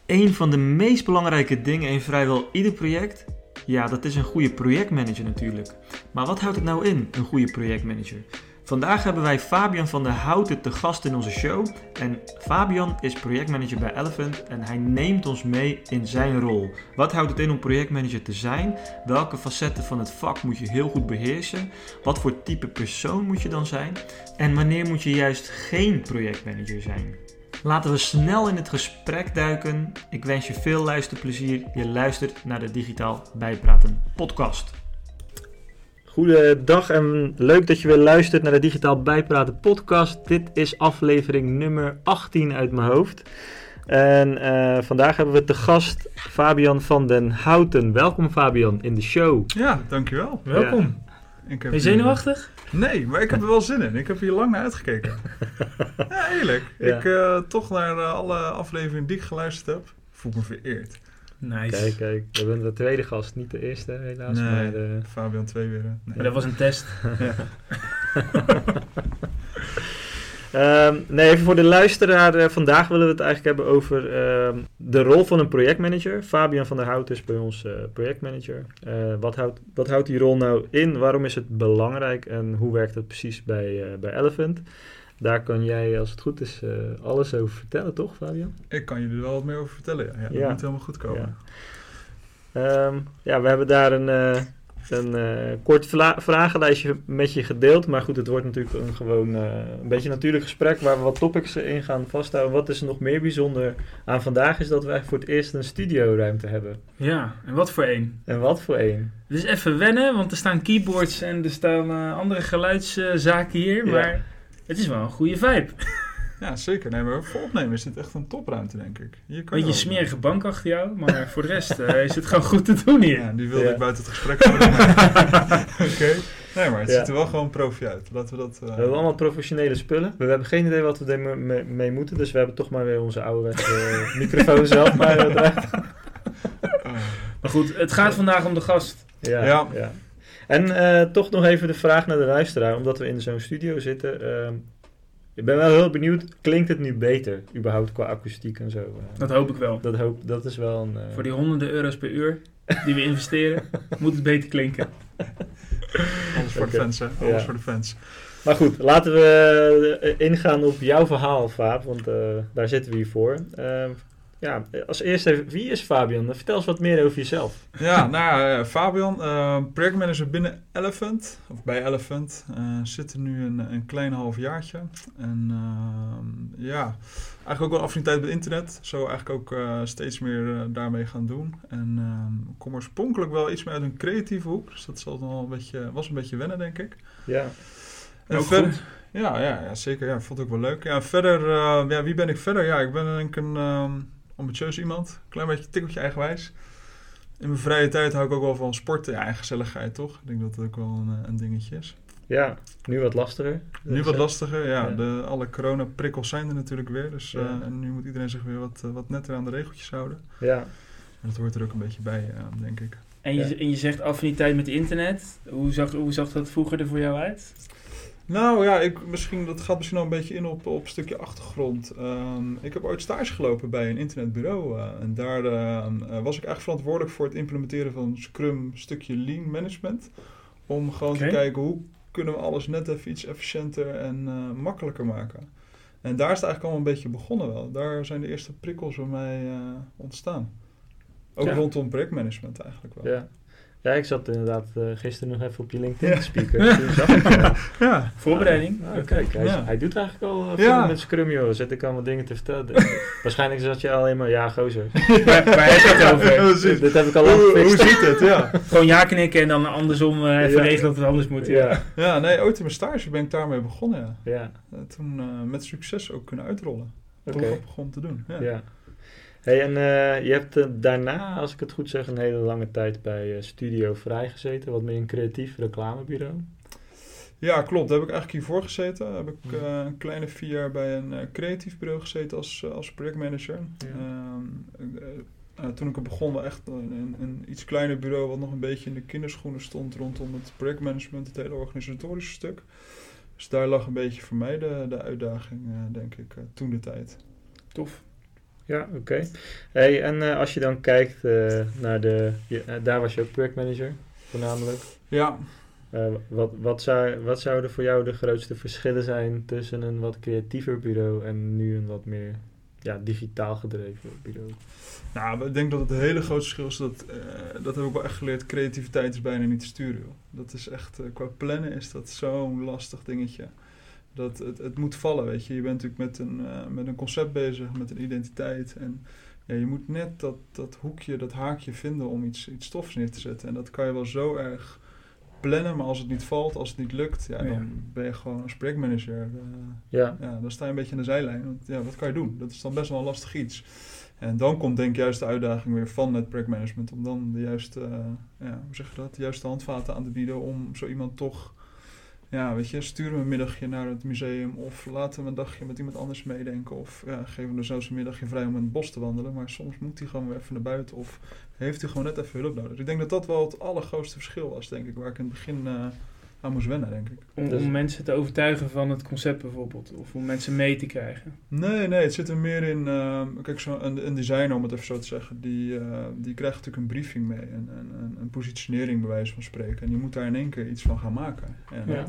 Een van de meest belangrijke dingen in vrijwel ieder project, ja, dat is een goede projectmanager natuurlijk. Maar wat houdt het nou in, een goede projectmanager? Vandaag hebben wij Fabian van der Houten te gast in onze show. En Fabian is projectmanager bij Elephant en hij neemt ons mee in zijn rol. Wat houdt het in om projectmanager te zijn? Welke facetten van het vak moet je heel goed beheersen? Wat voor type persoon moet je dan zijn? En wanneer moet je juist geen projectmanager zijn? Laten we snel in het gesprek duiken. Ik wens je veel luisterplezier. Je luistert naar de Digitaal Bijpraten podcast. Goedendag en leuk dat je weer luistert naar de Digitaal Bijpraten podcast. Dit is aflevering nummer 18 uit mijn hoofd. En vandaag hebben we te gast Fabian van den Houten. Welkom Fabian in de show. Ja, dankjewel. Welkom. Ja. Ben je zenuwachtig? Nee, maar ik heb er wel zin in. Ik heb hier lang naar uitgekeken. Ja, eerlijk. Ja. Ik toch naar alle afleveringen die ik geluisterd heb, voel me vereerd. Nice. Kijk, we bent de tweede gast, niet de eerste helaas. Nee, Maar Fabian 2 weer. Nee. Maar dat was een test. Ja. Even voor de luisteraar. Vandaag willen we het eigenlijk hebben over de rol van een projectmanager. Fabian van der Houten is bij ons projectmanager. Wat houdt die rol nou in? Waarom is het belangrijk? En hoe werkt het precies bij Elephant? Daar kan jij, als het goed is, alles over vertellen, toch Fabian? Ik kan jullie er wel wat meer over vertellen. Ja, dat Ja. moet helemaal goed komen. Ja. We hebben daar een kort vragenlijstje met je gedeeld. Maar goed, het wordt natuurlijk een beetje een natuurlijk gesprek waar we wat topics in gaan vasthouden. Wat is er nog meer bijzonder aan vandaag is dat we eigenlijk voor het eerst een studioruimte hebben. Ja, en wat voor één? En wat voor één? Het is even wennen, want er staan keyboards en er staan andere geluidszaken hier. Ja. Maar het is wel een goede vibe. Ja, zeker. Nee, maar voor opnemen is dit echt een topruimte, denk ik. Hier kan Beetje wel- smerige bank achter jou, maar voor de rest is het gewoon goed te doen hier. Ja, die wilde Ja. ik buiten het gesprek houden. Oké. Nee, maar het Ja. ziet er wel gewoon profi uit. Laten we dat... We hebben allemaal professionele spullen. We hebben geen idee wat we mee moeten. Dus we hebben toch maar weer onze ouderwetse microfoon zelf maar eruit. Maar goed, het gaat vandaag om de gast. Ja. En toch nog even de vraag naar de luisteraar. Omdat we in zo'n studio zitten. Ik ben wel heel benieuwd. Klinkt het nu beter? Überhaupt qua akoestiek en zo. Dat hoop ik wel. Dat is wel een... Voor die honderden euro's per uur die we investeren, moet het beter klinken. Alles voor Oké. de fans, hè? Alles Ja. voor de fans. Maar goed, laten we ingaan op jouw verhaal, Faab. Want daar zitten we hier voor. Als eerste even, wie is Fabian? Vertel eens wat meer over jezelf. Ja, Fabian, projectmanager binnen Elephant, of bij Elephant. Zit er nu een klein halfjaartje. En eigenlijk ook wel affiniteit met internet. Zo eigenlijk ook steeds meer daarmee gaan doen. En ik kom oorspronkelijk wel iets meer uit een creatieve hoek. Dus dat was een beetje wennen, denk ik. Ja. En Ook verder, goed. Ja, zeker. Ja, vond ik ook wel leuk. Ja, verder, wie ben ik verder? Ja, ik ben denk ik een ambitieus iemand. Klein beetje tikkeltje eigenwijs. In mijn vrije tijd hou ik ook wel van sporten. Ja, en gezelligheid toch? Ik denk dat dat ook wel een dingetje is. Ja, nu wat lastiger. Nu wat lastiger. Ja, Ja. alle coronaprikkels zijn er natuurlijk weer. Dus Ja. en nu moet iedereen zich weer wat netter aan de regeltjes houden. Ja. En dat hoort er ook een beetje bij, denk ik. En je zegt affiniteit met internet. Hoe zag dat vroeger er voor jou uit? Nou ja, dat gaat misschien al een beetje in op een stukje achtergrond. Ik heb ooit stage gelopen bij een internetbureau. En daar was ik eigenlijk verantwoordelijk voor het implementeren van Scrum, stukje Lean Management. Om gewoon te kijken hoe kunnen we alles net even iets efficiënter en makkelijker maken. En daar is het eigenlijk allemaal een beetje begonnen wel. Daar zijn de eerste prikkels bij mij ontstaan. Ook Ja. rondom projectmanagement eigenlijk wel. Ja. Ja, ik zat inderdaad gisteren nog even op je LinkedIn te spieken. Toen zag ik, Ja, voorbereiding. kijk, Ja. hij doet eigenlijk al veel Ja. met Scrum, joh. Zet ik allemaal dingen te vertellen. Waarschijnlijk zat je alleen maar, ja, gozer. Waar heb je het over? Precies. Dit heb ik al lang Hoe gefixt. ziet het, ja. Gewoon ja knikken en dan andersom even Ja. regelen dat het anders moet. Ja. Ja, nee, ooit in mijn stage ben ik daarmee begonnen, ja. Ja, Toen met succes ook kunnen uitrollen. oké. Toch op begon te doen. Ja. Ja. Hey, en je hebt daarna, als ik het goed zeg, een hele lange tijd bij Studio Vrij gezeten. Wat meer een creatief reclamebureau. Ja, klopt. Daar heb ik eigenlijk hiervoor gezeten. Heb ik een kleine 4 jaar bij een creatief bureau gezeten als projectmanager. Ja. Toen ik er begon, wel echt een iets kleiner bureau wat nog een beetje in de kinderschoenen stond rondom het projectmanagement, het hele organisatorische stuk. Dus daar lag een beetje voor mij de uitdaging, denk ik, toen de tijd. Tof. Ja, oké. Hey, en als je dan kijkt naar daar was je ook projectmanager, voornamelijk. Ja. Wat zouden voor jou de grootste verschillen zijn tussen een wat creatiever bureau en nu een wat meer digitaal gedreven bureau? Nou, ik denk dat het een hele groot verschil is. Dat heb ik wel echt geleerd. Creativiteit is bijna niet te sturen. Joh. Dat is echt, qua plannen is dat zo'n lastig dingetje. Dat het moet vallen, weet je. Je bent natuurlijk met een concept bezig, met een identiteit. En ja, je moet net dat hoekje, dat haakje vinden om iets tofs neer te zetten. En dat kan je wel zo erg plannen, maar als het niet valt, als het niet lukt, dan ben je gewoon als projectmanager. Dan sta je een beetje aan de zijlijn. Want wat kan je doen? Dat is dan best wel een lastig iets. En dan komt denk ik juist de uitdaging weer van het projectmanagement om dan de juiste, de juiste handvaten aan te bieden om zo iemand toch, stuur hem een middagje naar het museum of laten we een dagje met iemand anders meedenken of geef hem er zelfs een middagje vrij om in het bos te wandelen, maar soms moet hij gewoon weer even naar buiten of heeft hij gewoon net even hulp nodig. Dus ik denk dat dat wel het allergrootste verschil was, denk ik, waar ik in het begin aan moest wennen, denk ik. Om mensen te overtuigen van het concept bijvoorbeeld, of om mensen mee te krijgen? Nee, het zit er meer in, kijk, een designer, om het even zo te zeggen, die krijgt natuurlijk een briefing mee, een positionering bij wijze van spreken. En die moet daar in één keer iets van gaan maken. En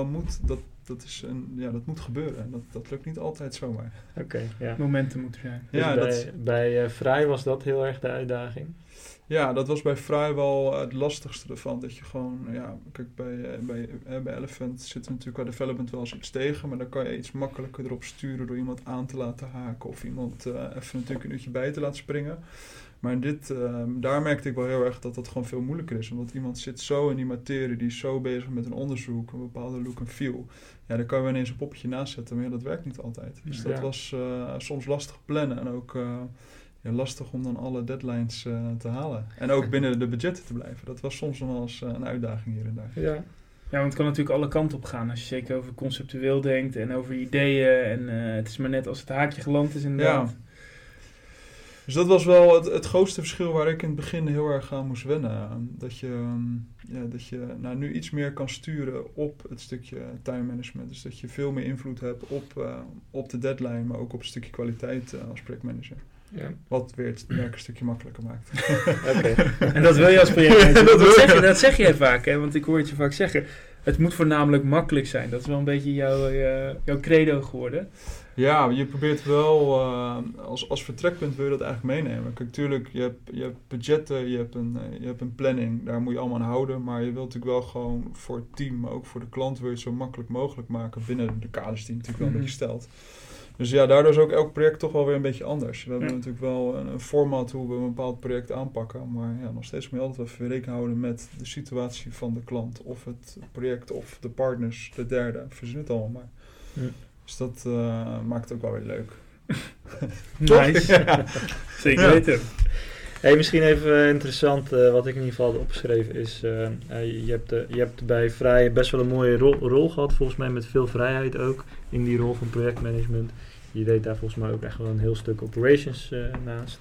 dat moet gebeuren. En dat lukt niet altijd zomaar. Oké. Momenten moeten zijn. Dus bij Vrij was dat heel erg de uitdaging? Ja, dat was bij Vrij wel het lastigste ervan. Dat je gewoon, kijk, bij Elephant zit er natuurlijk qua development wel eens iets tegen, maar dan kan je iets makkelijker erop sturen door iemand aan te laten haken of iemand even natuurlijk een uurtje bij te laten springen. Maar daar merkte ik wel heel erg dat dat gewoon veel moeilijker is. Omdat iemand zit zo in die materie, die is zo bezig met een onderzoek, een bepaalde look en feel. Ja, daar kan je wel ineens een poppetje naast zetten, maar dat werkt niet altijd. Dus dat was soms lastig plannen en ook lastig om dan alle deadlines te halen. En ook binnen de budgetten te blijven. Dat was soms nog wel eens een uitdaging hier en daar. Ja, want het kan natuurlijk alle kanten op gaan. Als je zeker over conceptueel denkt en over ideeën. En het is maar net als het haakje geland is inderdaad. Ja. Dus dat was wel het grootste verschil waar ik in het begin heel erg aan moest wennen. Dat je nu iets meer kan sturen op het stukje time management. Dus dat je veel meer invloed hebt op de deadline, maar ook op een stukje kwaliteit als projectmanager. Ja. Wat weer het werk een stukje makkelijker maakt. Oké. En dat wil je als projectmanager. Dat zeg jij vaak, hè? Want ik hoor het je vaak zeggen. Het moet voornamelijk makkelijk zijn. Dat is wel een beetje jouw credo geworden. Ja, je probeert wel, als vertrekpunt wil je dat eigenlijk meenemen. Kijk, natuurlijk, je hebt budgetten, je hebt een planning, daar moet je allemaal aan houden. Maar je wilt natuurlijk wel gewoon voor het team, maar ook voor de klant wil je het zo makkelijk mogelijk maken binnen de kaders die je natuurlijk wel een beetje stelt. Dus ja, daardoor is ook elk project toch wel weer een beetje anders. We hebben natuurlijk wel een format hoe we een bepaald project aanpakken. Maar ja, nog steeds moet je altijd even rekening houden met de situatie van de klant. Of het project of de partners, de derde. Verzin het allemaal maar. Ja. Dus dat maakt het ook wel weer leuk. Nice. Ja. Zeker weten. Hey, misschien even interessant, wat ik in ieder geval had opgeschreven is, je hebt bij Vrij best wel een mooie rol gehad, volgens mij met veel vrijheid ook, in die rol van projectmanagement. Je deed daar volgens mij ook echt wel een heel stuk operations naast.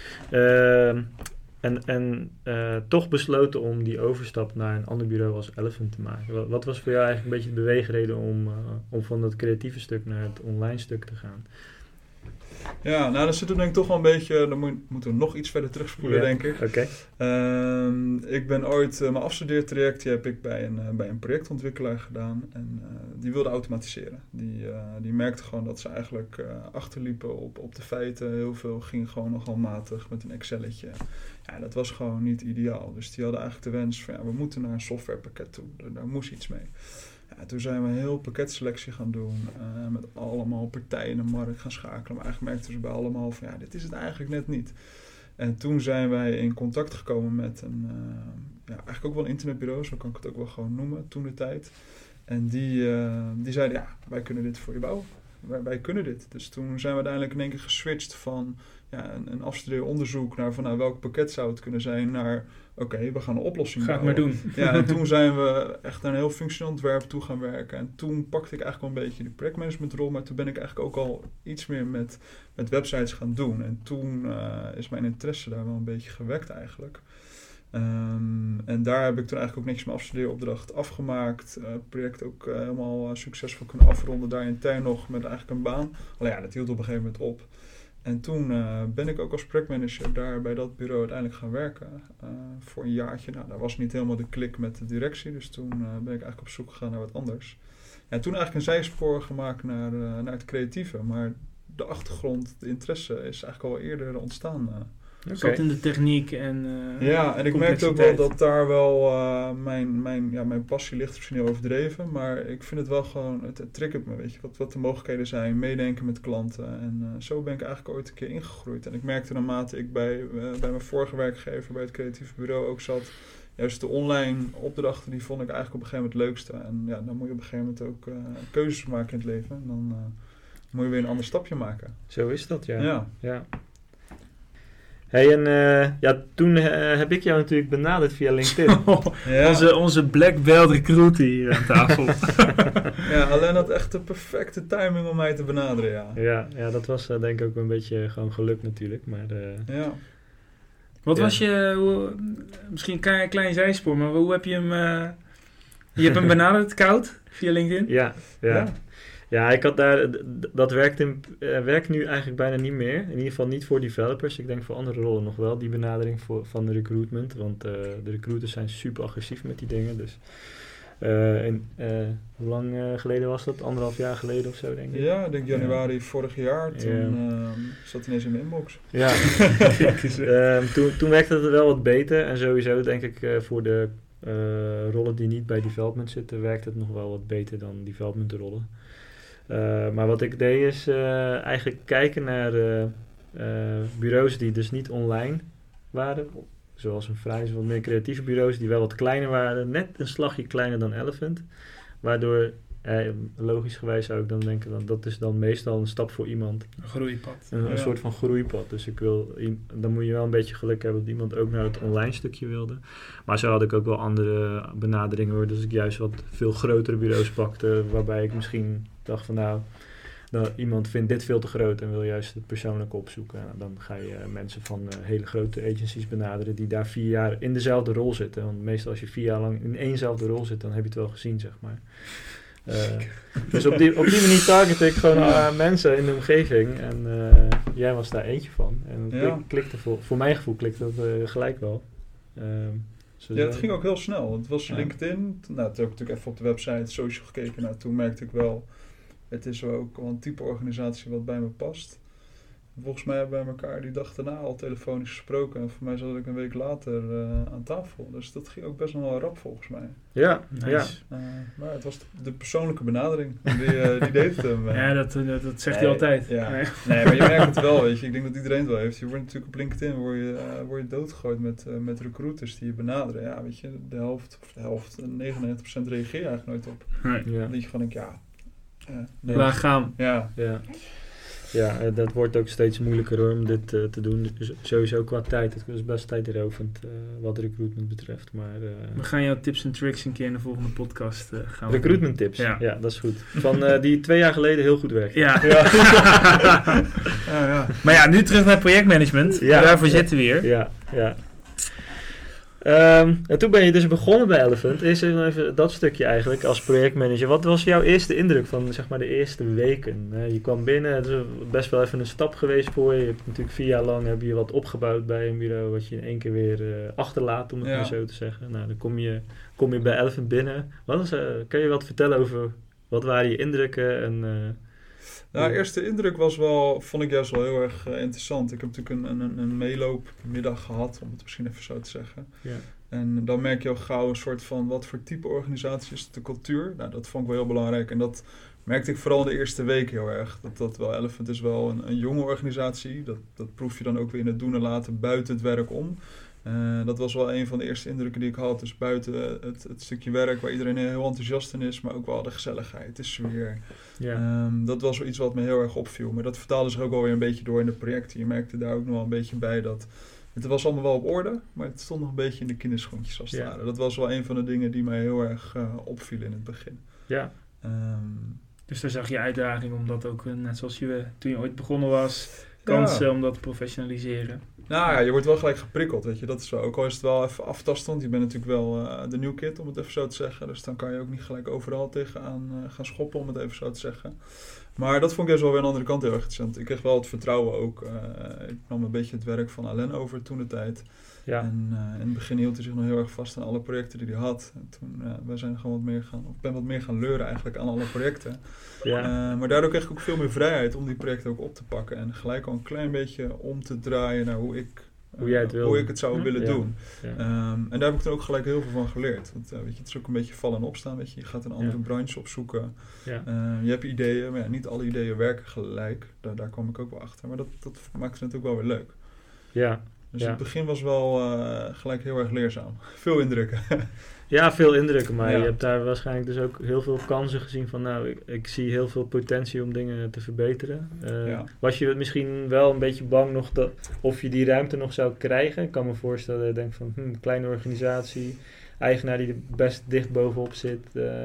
Toch besloten om die overstap naar een ander bureau als Elephant te maken. Wat was voor jou eigenlijk een beetje de beweegreden om van dat creatieve stuk naar het online stuk te gaan? Ja, nou dan zitten we denk ik toch wel een beetje, dan moeten we nog iets verder terugspoelen, denk ik. Okay. Ik ben ooit, mijn afstudeertraject heb ik bij een projectontwikkelaar gedaan en die wilde automatiseren. Die merkte gewoon dat ze eigenlijk achterliepen op de feiten. Heel veel ging gewoon nogal matig met een Excelletje. Ja, dat was gewoon niet ideaal. Dus die hadden eigenlijk de wens van we moeten naar een softwarepakket toe. Daar moest iets mee. Ja, toen zijn we een heel pakketselectie gaan doen, met allemaal partijen in de markt gaan schakelen. Maar eigenlijk merkten ze bij allemaal van dit is het eigenlijk net niet. En toen zijn wij in contact gekomen met eigenlijk ook wel een internetbureau, zo kan ik het ook wel gewoon noemen, toen de tijd. En die zeiden, wij kunnen dit voor je bouwen. Wij kunnen dit. Dus toen zijn we uiteindelijk in één keer geswitcht van een afstudeeronderzoek naar van welk pakket zou het kunnen zijn naar we gaan een oplossing bouwen. Ga het maar doen. Ja, en toen zijn we echt naar een heel functioneel ontwerp toe gaan werken. En toen pakte ik eigenlijk wel een beetje die projectmanagementrol, maar toen ben ik eigenlijk ook al iets meer met websites gaan doen. En toen is mijn interesse daar wel een beetje gewekt eigenlijk. En daar heb ik toen eigenlijk ook netjes mijn afstudeeropdracht afgemaakt. Het project ook helemaal succesvol kunnen afronden. Daar intern nog met eigenlijk een baan. Alleen dat hield op een gegeven moment op. En toen ben ik ook als projectmanager daar bij dat bureau uiteindelijk gaan werken. Voor een jaartje. Nou, daar was niet helemaal de klik met de directie. Dus toen ben ik eigenlijk op zoek gegaan naar wat anders. En toen eigenlijk een zijspoor gemaakt naar het creatieve. Maar de achtergrond, de interesse is eigenlijk al eerder ontstaan. Zat in de techniek en en ik merkte ook wel dat daar wel mijn passie ligt, misschien heel overdreven. Maar ik vind het wel gewoon, het triggert me, weet je, wat de mogelijkheden zijn, meedenken met klanten. En zo ben ik eigenlijk ooit een keer ingegroeid. En ik merkte naarmate ik bij mijn vorige werkgever, bij het creatieve bureau ook zat, juist de online opdrachten, die vond ik eigenlijk op een gegeven moment het leukste. En ja, dan moet je op een gegeven moment ook keuzes maken in het leven. En dan moet je weer een ander stapje maken. Zo is dat, ja. Ja. Hey, en toen heb ik jou natuurlijk benaderd via LinkedIn. Onze black belt recruiter hier aan tafel. Ja, alleen had echt de perfecte timing om mij te benaderen, Ja, dat was denk ik ook een beetje gewoon geluk natuurlijk. Maar, Wat was je, misschien een klein zijspoor, maar hoe heb je hem... je hebt hem benaderd, koud, via LinkedIn? Ja, ik had daar, dat werkt nu eigenlijk bijna niet meer. In ieder geval niet voor developers. Ik denk voor andere rollen nog wel, die benadering van de recruitment. Want de recruiters zijn super agressief met die dingen. Dus, hoe lang geleden was dat? 1,5 jaar geleden of zo, denk ik. Ja, ik denk januari vorig jaar. Toen zat ineens in mijn inbox. Ja, toen werkte het wel wat beter. En sowieso denk ik voor de rollen die niet bij development zitten, werkt het nog wel wat beter dan development rollen. Maar wat ik deed is eigenlijk kijken naar bureaus die dus niet online waren. Zoals een Vrij, wat meer creatieve bureaus die wel wat kleiner waren. Net een slagje kleiner dan Elephant. Waardoor, logischgewijs zou ik dan denken, dat is dan meestal een stap voor iemand. Een groeipad. Een soort van groeipad. Dus dan moet je wel een beetje geluk hebben dat iemand ook naar het online stukje wilde. Maar zo had ik ook wel andere benaderingen hoor. Dus ik juist wat veel grotere bureaus pakte. Waarbij ik misschien dacht van iemand vindt dit veel te groot en wil juist het persoonlijke opzoeken. Nou, dan ga je mensen van hele grote agencies benaderen die daar 4 jaar in dezelfde rol zitten. Want meestal als je 4 jaar lang in éénzelfde rol zit, dan heb je het wel gezien, zeg maar. Dus op die manier target ik gewoon mensen in de omgeving. En jij was daar eentje van. En het klikte voor mijn gevoel klikte dat gelijk wel. Het ging ook heel snel. Het was LinkedIn. Toen heb ik natuurlijk even op de website social gekeken. Nou, toen merkte ik wel, het is ook wel een type organisatie wat bij me past. Volgens mij hebben we elkaar die dag daarna al telefonisch gesproken. En voor mij zat ik een week later aan tafel. Dus dat ging ook best nog wel rap volgens mij. Ja, nice. Maar het was de persoonlijke benadering. Die deed het hem. Ja, dat zegt hij altijd. Ja. Nee, maar je merkt het wel, weet je. Ik denk dat iedereen het wel heeft. Je wordt natuurlijk op LinkedIn word je doodgegooid met recruiters die je benaderen. Ja, weet je, de helft, 99% reageer je eigenlijk nooit op. Nee. Dan denk je gewoon, Laat gaan. Ja, dat wordt ook steeds moeilijker hoor, om dit te doen. Dus sowieso qua tijd. Het is best tijdrovend wat recruitment betreft. Maar, we gaan jouw tips en tricks een keer in de volgende podcast gaan. Recruitment tips, ja, dat is goed. Van die 2 jaar geleden heel goed werken. Ja. Maar ja, nu terug naar projectmanagement. Ja, daarvoor zitten we hier. Ja. En toen ben je dus begonnen bij Elephant. Eerst even dat stukje eigenlijk als projectmanager. Wat was jouw eerste indruk van zeg maar de eerste weken? Je kwam binnen, het is best wel even een stap geweest voor je. Je hebt natuurlijk 4 jaar lang heb je wat opgebouwd bij een bureau wat je in één keer weer achterlaat, om het maar zo te zeggen. Nou, dan kom je bij Elephant binnen. Kan je wat vertellen over wat waren je indrukken? De eerste indruk vond ik juist wel heel erg interessant. Ik heb natuurlijk een meeloopmiddag gehad, om het misschien even zo te zeggen. Ja. En dan merk je al gauw een soort van, wat voor type organisatie is de cultuur? Nou, dat vond ik wel heel belangrijk. En dat merkte ik vooral in de eerste week heel erg. Dat wel, Elephant is wel een jonge organisatie. Dat proef je dan ook weer in het doen en laten buiten het werk om. Dat was wel een van de eerste indrukken die ik had. Dus buiten het stukje werk waar iedereen heel enthousiast in is, maar ook wel de gezelligheid, de sfeer. Ja. Dat was wel iets wat me heel erg opviel. Maar dat vertaalde zich ook wel weer een beetje door in de projecten. Je merkte daar ook nog wel een beetje bij dat het was allemaal wel op orde, maar het stond nog een beetje in de kinderschoentjes als het ware. Dat was wel een van de dingen die mij heel erg opvielen in het begin. Ja. Dus daar zag je uitdaging om dat ook, net zoals toen je ooit begonnen was, kansen om dat te professionaliseren. Nou ja, je wordt wel gelijk geprikkeld, weet je. Dat is zo. Ook al is het wel even aftasten, want je bent natuurlijk wel de new kid, om het even zo te zeggen. Dus dan kan je ook niet gelijk overal tegenaan gaan schoppen, om het even zo te zeggen. Maar dat vond ik juist wel weer aan de andere kant heel erg interessant. Ik kreeg wel het vertrouwen ook. Ik nam een beetje het werk van Alain over toen de tijd. Ja. En in het begin hield hij zich nog heel erg vast aan alle projecten die hij had. En toen wij zijn gewoon wat meer gaan leuren eigenlijk aan alle projecten. Ja. Maar daardoor kreeg ik ook veel meer vrijheid om die projecten ook op te pakken. En gelijk al een klein beetje om te draaien naar hoe ik het zou willen doen. Ja. En daar heb ik toen ook gelijk heel veel van geleerd. Want weet je, het is ook een beetje vallen en opstaan. Weet je gaat een andere branche opzoeken. Ja. Je hebt ideeën, maar niet alle ideeën werken gelijk. Daar kwam ik ook wel achter. Maar dat maakt het natuurlijk wel weer leuk. Ja. Dus het begin was wel gelijk heel erg leerzaam. Veel indrukken. Ja, veel indrukken, maar je hebt daar waarschijnlijk dus ook heel veel kansen gezien van, nou, ik zie heel veel potentie om dingen te verbeteren. Was je misschien wel een beetje bang nog of je die ruimte nog zou krijgen? Ik kan me voorstellen dat je denkt van, kleine organisatie, eigenaar die er best dicht bovenop zit.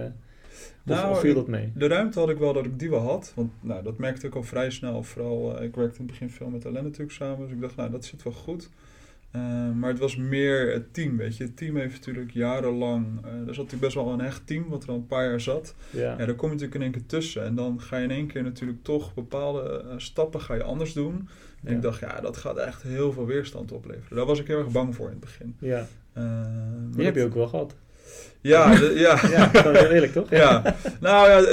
Of viel dat mee? De ruimte had ik wel dat ik die wel had. Want dat merkte ik al vrij snel. Vooral, ik werkte in het begin veel met Alain natuurlijk samen. Dus ik dacht, dat zit wel goed. Maar het was meer het team, weet je. Het team heeft natuurlijk jarenlang... er zat natuurlijk best wel een hecht team, wat er al een paar jaar zat. Ja, daar kom je natuurlijk in één keer tussen. En dan ga je in één keer natuurlijk toch bepaalde stappen ga je anders doen. En ik dacht, dat gaat echt heel veel weerstand opleveren. Daar was ik heel erg bang voor in het begin. Ja. Die heb je ook wel gehad. Ja. Dat is heel eerlijk, toch? Ja. Nou ja,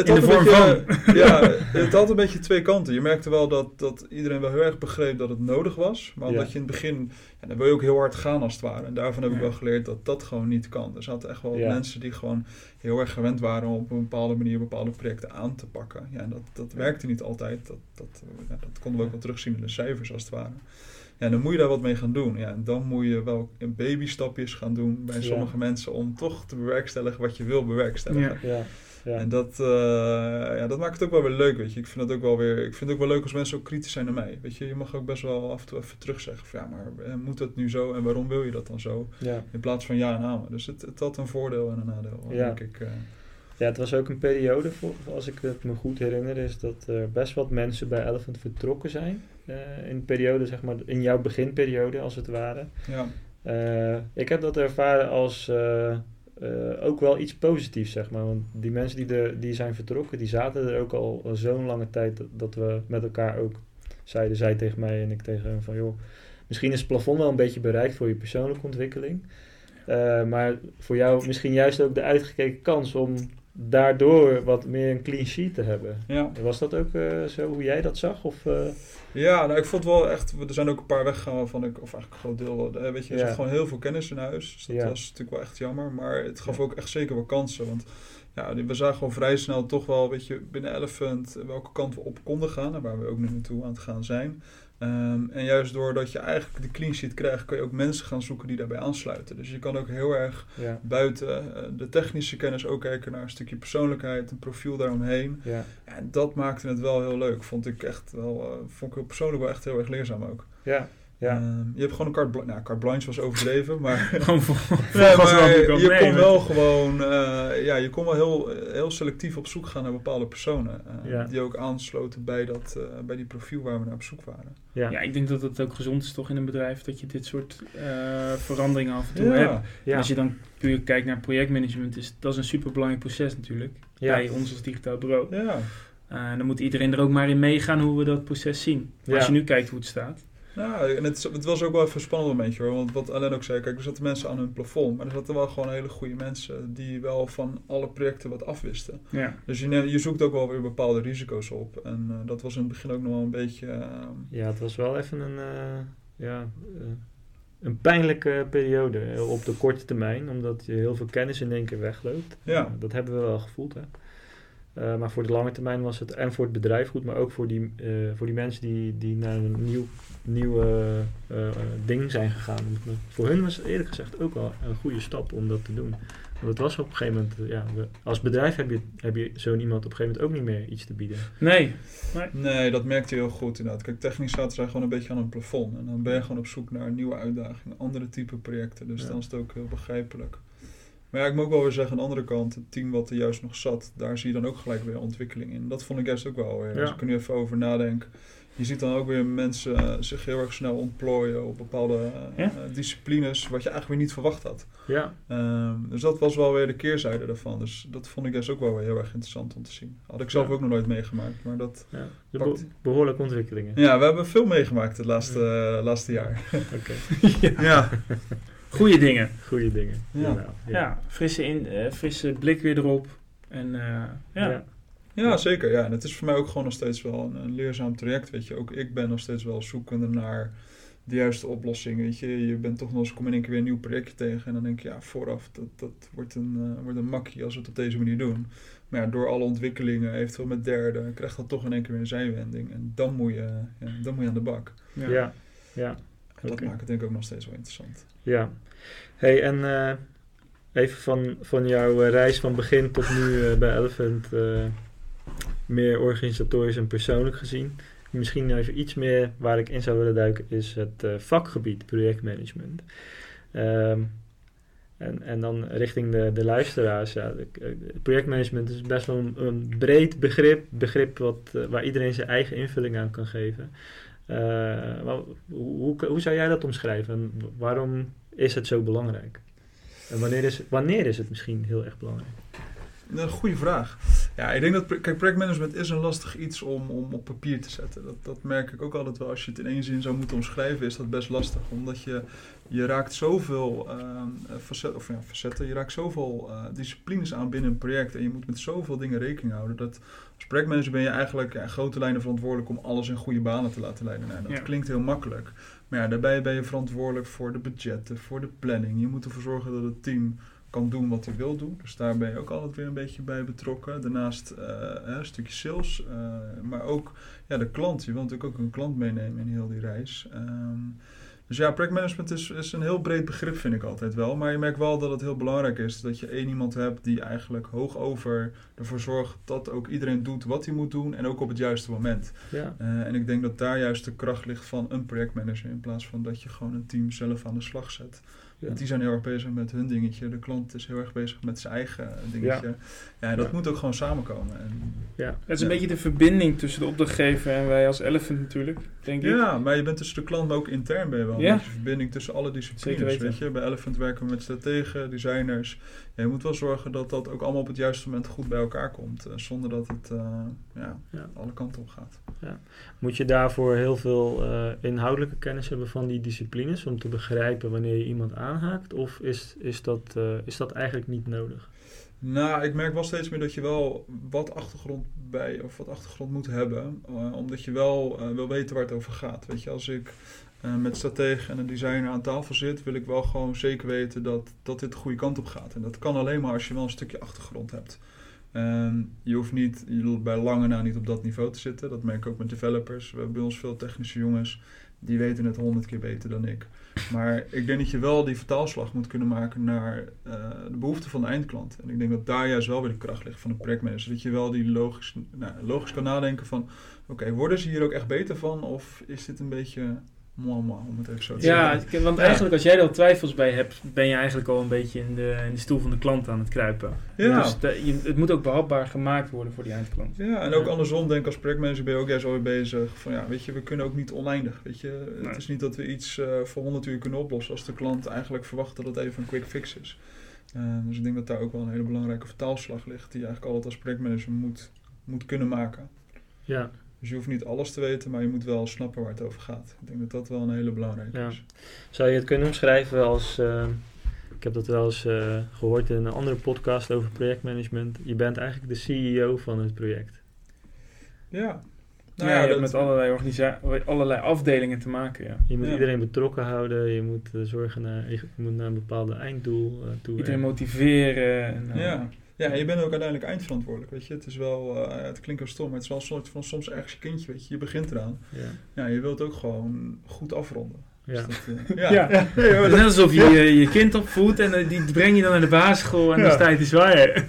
het had een beetje twee kanten. Je merkte wel dat iedereen wel heel erg begreep dat het nodig was. Maar omdat je in het begin... dan wil je ook heel hard gaan als het ware. En daarvan heb ik wel geleerd dat dat gewoon niet kan. Er zaten echt wel mensen die gewoon heel erg gewend waren om op een bepaalde manier bepaalde projecten aan te pakken. Ja, en dat werkte niet altijd. Dat konden we ook wel terugzien in de cijfers als het ware. Ja, dan moet je daar wat mee gaan doen. Ja, en dan moet je wel babystapjes gaan doen bij sommige mensen om toch te bewerkstelligen wat je wil bewerkstelligen. Ja. En dat maakt het ook wel weer leuk, weet je. Ik vind het ook wel leuk als mensen ook kritisch zijn naar mij. Weet je mag ook best wel af en toe even terugzeggen van maar moet dat nu zo en waarom wil je dat dan zo? Ja. In plaats van ja en amen. Dus het had een voordeel en een nadeel, denk ik. Ja, het was ook een periode, als ik het me goed herinner, is dat er best wat mensen bij Elephant vertrokken zijn. In de periode, zeg maar, in jouw beginperiode als het ware. Ja. Ik heb dat ervaren als ook wel iets positiefs, zeg maar. Want die mensen die zijn vertrokken, die zaten er ook al zo'n lange tijd dat we met elkaar ook zeiden, zij tegen mij en ik tegen hem van, joh, misschien is het plafond wel een beetje bereikt voor je persoonlijke ontwikkeling. Maar voor jou misschien juist ook de uitgekeken kans om daardoor wat meer een clean sheet te hebben. Ja. Was dat ook zo hoe jij dat zag? Of, Ja, ik vond wel echt... Er zijn ook een paar weggegaan waarvan ik... Of eigenlijk een groot deel... Weet je, er zat gewoon heel veel kennis in huis. Dus dat was natuurlijk wel echt jammer. Maar het gaf ook echt zeker wel kansen. Want we zagen gewoon vrij snel toch wel... Weet je, binnen Elephant welke kant we op konden gaan. En waar we ook nu naartoe aan het gaan zijn. En juist doordat je eigenlijk de clean sheet krijgt, kan je ook mensen gaan zoeken die daarbij aansluiten. Dus je kan ook heel erg buiten de technische kennis ook kijken naar een stukje persoonlijkheid, een profiel daaromheen. Ja. En dat maakte het wel heel leuk. Vond ik persoonlijk wel echt heel erg leerzaam ook. Ja. Ja. Je hebt gewoon een carte blanche was overdreven, maar je kon wel gewoon, je kon wel heel selectief op zoek gaan naar bepaalde personen die ook aansloten bij die profiel waar we naar op zoek waren. Ja, ik denk dat het ook gezond is toch in een bedrijf dat je dit soort veranderingen af en toe hebt. Ja. Als je dan puur kijkt naar projectmanagement, dat is een superbelangrijk proces natuurlijk bij ons als digitaal bureau. Ja. Dan moet iedereen er ook maar in meegaan hoe we dat proces zien. Maar als je nu kijkt hoe het staat. Nou, en het was ook wel even een spannend momentje hoor. Want wat Alain ook zei, kijk, er zaten mensen aan hun plafond. Maar er zaten wel gewoon hele goede mensen die wel van alle projecten wat afwisten. Ja. Dus je zoekt ook wel weer bepaalde risico's op. En dat was in het begin ook nog wel een beetje... Ja, het was wel even een pijnlijke periode op de korte termijn. Omdat je heel veel kennis in één keer wegloopt. Ja. Dat hebben we wel gevoeld, hè. Maar voor de lange termijn was het en voor het bedrijf goed, maar ook voor die mensen die naar een nieuw ding zijn gegaan. Voor hun was het eerlijk gezegd ook wel een goede stap om dat te doen. Want het was op een gegeven moment, als bedrijf heb je zo'n iemand op een gegeven moment ook niet meer iets te bieden. Nee, dat merkte je heel goed inderdaad. Kijk, technisch zaten zij gewoon een beetje aan een plafond. En dan ben je gewoon op zoek naar nieuwe uitdagingen, andere type projecten. Dus dan is het ook heel begrijpelijk. Maar ja, ik moet ook wel weer zeggen, aan de andere kant, het team wat er juist nog zat, daar zie je dan ook gelijk weer ontwikkeling in. Dat vond ik juist ook wel weer. Als ik er nu even over nadenk. je ziet dan ook weer mensen zich heel erg snel ontplooien op bepaalde disciplines, wat je eigenlijk weer niet verwacht had. Ja. Dus dat was wel weer de keerzijde daarvan. Dus dat vond ik juist ook wel weer heel erg interessant om te zien. Had ik zelf ook nog nooit meegemaakt, maar dat... Ja. Behoorlijke ontwikkelingen. Ja, we hebben veel meegemaakt het laatste jaar. Oké. Ja. Goeie dingen. Goeie dingen. Ja, frisse blik weer erop. En Ja, zeker. Ja. En het is voor mij ook gewoon nog steeds wel een leerzaam traject, weet je. Ook ik ben nog steeds wel zoekende naar de juiste oplossing, weet je. Je bent toch nog eens, kom in één keer weer een nieuw projectje tegen en dan denk je, ja, vooraf, dat wordt een makkie als we het op deze manier doen. Maar ja, door alle ontwikkelingen, eventueel met derden, krijgt dat toch in één keer weer een zijwending. En dan moet je aan de bak. Ja. En dat maakt het denk ik ook nog steeds wel interessant. Ja. Hey, en even van jouw reis van begin tot nu bij Elephant, meer organisatorisch en persoonlijk gezien. Misschien even iets meer waar ik in zou willen duiken is het vakgebied projectmanagement. En dan richting de luisteraars. Ja, projectmanagement is best wel een breed begrip waar iedereen zijn eigen invulling aan kan geven. Hoe zou jij dat omschrijven? En waarom is het zo belangrijk? En wanneer is het misschien heel erg belangrijk? Een goede vraag. Ja, ik denk dat projectmanagement is een lastig iets om op papier te zetten. Dat merk ik ook altijd wel. Als je het in één zin zou moeten omschrijven, is dat best lastig. Omdat je raakt zoveel facetten, je raakt zoveel disciplines aan binnen een project. En je moet met zoveel dingen rekening houden. Dat als projectmanager ben je eigenlijk in grote lijnen verantwoordelijk om alles in goede banen te laten leiden. Nou, dat klinkt heel makkelijk. Maar ja, daarbij ben je verantwoordelijk voor de budgetten, voor de planning. Je moet ervoor zorgen dat het team kan doen wat hij wil doen. Dus daar ben je ook altijd weer een beetje bij betrokken. Daarnaast een stukje sales, maar ook de klant. Je wil natuurlijk ook een klant meenemen in heel die reis. Dus ja, projectmanagement is een heel breed begrip, vind ik altijd wel. Maar je merkt wel dat het heel belangrijk is dat je één iemand hebt die eigenlijk hoog over ervoor zorgt dat ook iedereen doet wat hij moet doen en ook op het juiste moment. Ja. En ik denk dat daar juist de kracht ligt van een projectmanager in plaats van dat je gewoon een team zelf aan de slag zet. Ja. Want die zijn heel erg bezig met hun dingetje. De klant is heel erg bezig met zijn eigen dingetje. Ja, dat moet ook gewoon samenkomen. En, het is een beetje de verbinding tussen de opdrachtgever en wij als Elephant natuurlijk, denk ik. Ja, maar je bent tussen de klant, maar ook intern ben je wel. Een beetje verbinding tussen alle disciplines. Weet je? Bij Elephant werken we met strategen, designers. Ja, je moet wel zorgen dat dat ook allemaal op het juiste moment goed bij elkaar komt. Zonder dat het alle kanten op gaat. Ja. Moet je daarvoor heel veel inhoudelijke kennis hebben van die disciplines om te begrijpen wanneer je iemand aanhaakt? Of is dat eigenlijk niet nodig? Nou, ik merk wel steeds meer dat je wel wat achtergrond moet hebben. Omdat je wel wil weten waar het over gaat. Weet je, als ik met stratege en een designer aan tafel zit, wil ik wel gewoon zeker weten dat dit de goede kant op gaat. En dat kan alleen maar als je wel een stukje achtergrond hebt. Je hoeft bij lange na niet op dat niveau te zitten. Dat merk ik ook met developers. We hebben bij ons veel technische jongens. Die weten het 100 keer beter dan ik. Maar ik denk dat je wel die vertaalslag moet kunnen maken naar de behoeften van de eindklant. En ik denk dat daar juist wel weer de kracht ligt van de projectmanager. Dat je wel die logisch kan nadenken van, oké, worden ze hier ook echt beter van? Of is dit een beetje om het even zo te zeggen? Ja, want eigenlijk als jij er al twijfels bij hebt, ben je eigenlijk al een beetje in de stoel van de klant aan het kruipen. Ja. Dus het moet ook behapbaar gemaakt worden voor die eindklant. Ja, en ook andersom, denk ik als projectmanager ben je ook juist alweer bezig van, weet je, we kunnen ook niet oneindig, weet je. Het is niet dat we iets voor 100 uur kunnen oplossen als de klant eigenlijk verwacht dat het even een quick fix is. Dus ik denk dat daar ook wel een hele belangrijke vertaalslag ligt die je eigenlijk altijd als projectmanager moet kunnen maken. Ja. Dus je hoeft niet alles te weten, maar je moet wel snappen waar het over gaat. Ik denk dat dat wel een hele belangrijke is. Zou je het kunnen omschrijven als, ik heb dat wel eens gehoord in een andere podcast over projectmanagement, je bent eigenlijk de CEO van het project. Ja. Je hebt met allerlei afdelingen te maken. Ja. Je moet iedereen betrokken houden, je moet zorgen naar een bepaalde einddoel toe. Iedereen motiveren. Ja, je bent ook uiteindelijk eindverantwoordelijk, weet je. Het is wel, het klinkt wel stom, maar het is wel een soort van soms ergens je kindje, weet je. Je begint eraan. Ja, je wilt ook gewoon goed afronden. Ja. Dus net alsof je je kind opvoedt en die breng je dan naar de basisschool en dan sta je te zwaaien.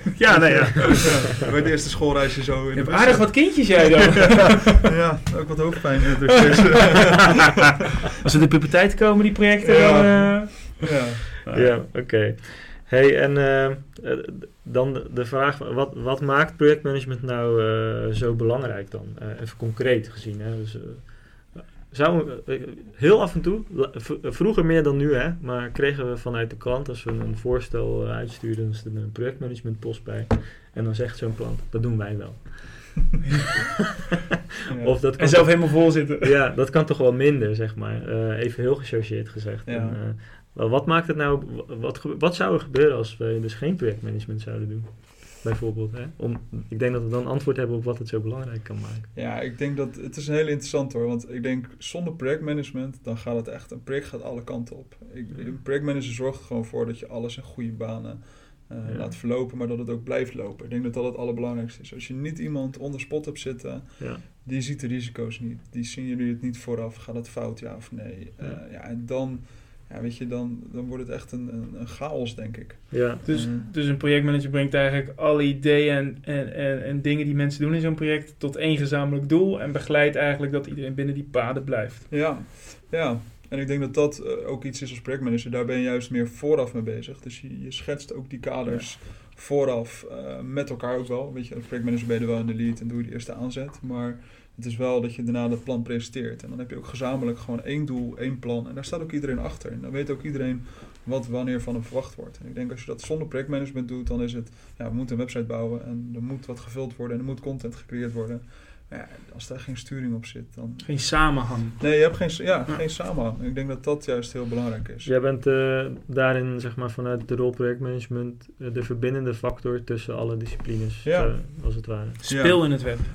Bij de eerste schoolreisje zo. Je hebt aardig wat kindjes jij dan. Ja, ook wat hoofdpijn. Als ze de puberteit komen, die projecten, dan... oké. Hey, en dan de vraag, wat maakt projectmanagement nou zo belangrijk dan? Even concreet gezien. Hè? Dus, heel af en toe, vroeger meer dan nu, maar kregen we vanuit de klant, als we een voorstel uitstuurden, dan zit er een projectmanagementpost bij. En dan zegt zo'n klant, dat doen wij wel. Ja. Of dat kan en zelf helemaal vol zitten. Ja, dat kan toch wel minder, zeg maar. Even heel gechargeerd gezegd. Ja. En, wat maakt het nou, wat zou er gebeuren als we dus geen projectmanagement zouden doen? Bijvoorbeeld. Ik denk dat we dan een antwoord hebben op wat het zo belangrijk kan maken. Ja, ik denk dat het is een heel interessant hoor. Want ik denk zonder projectmanagement, dan gaat het echt, een project gaat alle kanten op. Een projectmanager zorgt er gewoon voor dat je alles in goede banen laat verlopen, maar dat het ook blijft lopen. Ik denk dat dat het allerbelangrijkste is. Als je niet iemand onder spot hebt zitten, die ziet de risico's niet. Die zien jullie het niet vooraf. Gaat het fout, ja of nee? En dan... Ja, weet je, dan wordt het echt een chaos, denk ik. Ja. Dus een projectmanager brengt eigenlijk alle ideeën en dingen die mensen doen in zo'n project tot één gezamenlijk doel en begeleidt eigenlijk dat iedereen binnen die paden blijft. Ja. En ik denk dat dat ook iets is als projectmanager. Daar ben je juist meer vooraf mee bezig. Dus je schetst ook die kaders vooraf met elkaar ook wel. Weet je, als projectmanager ben je er wel in de lead en doe je de eerste aanzet. Maar het is wel dat je daarna dat plan presenteert. En dan heb je ook gezamenlijk gewoon één doel, één plan. En daar staat ook iedereen achter. En dan weet ook iedereen wat wanneer van hem verwacht wordt. En ik denk als je dat zonder projectmanagement doet, dan is het... Ja, we moeten een website bouwen en er moet wat gevuld worden en er moet content gecreëerd worden. Maar ja, als daar geen sturing op zit, dan... Geen samenhang. Nee, je hebt geen samenhang. Ik denk dat dat juist heel belangrijk is. Jij bent daarin, zeg maar, vanuit de rol projectmanagement de verbindende factor tussen alle disciplines, als het ware. Speel in het web.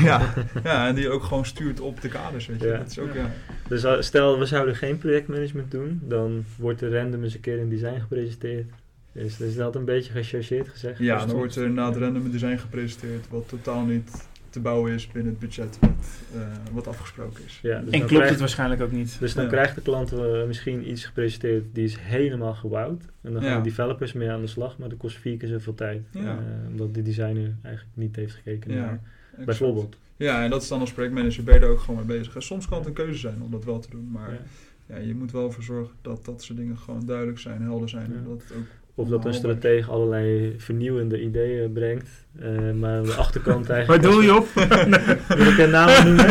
En die ook gewoon stuurt op de kaders, weet je. Dat is ook, Dus stel, we zouden geen projectmanagement doen, dan wordt er random eens een keer een design gepresenteerd. Dus is dat een beetje gechargeerd gezegd? Ja, dan wordt er na het random een design gepresenteerd, wat totaal niet te bouwen is binnen het budget wat afgesproken is. Ja, dus en klopt het waarschijnlijk ook niet. Dus dan krijgt de klant misschien iets gepresenteerd die is helemaal gebouwd. En dan gaan de developers mee aan de slag, maar dat kost 4 keer zoveel tijd. Omdat de designer eigenlijk niet heeft gekeken naar bijvoorbeeld. Ja, en dat is dan als projectmanager ben je er ook gewoon mee bezig. En soms kan het een keuze zijn om dat wel te doen, maar je moet wel ervoor zorgen dat soort dingen gewoon duidelijk zijn, helder zijn. En dat het ook of dat een stratege allerlei vernieuwende ideeën brengt, maar aan de achterkant eigenlijk... Waar doe je op? Wil ik een naam noemen?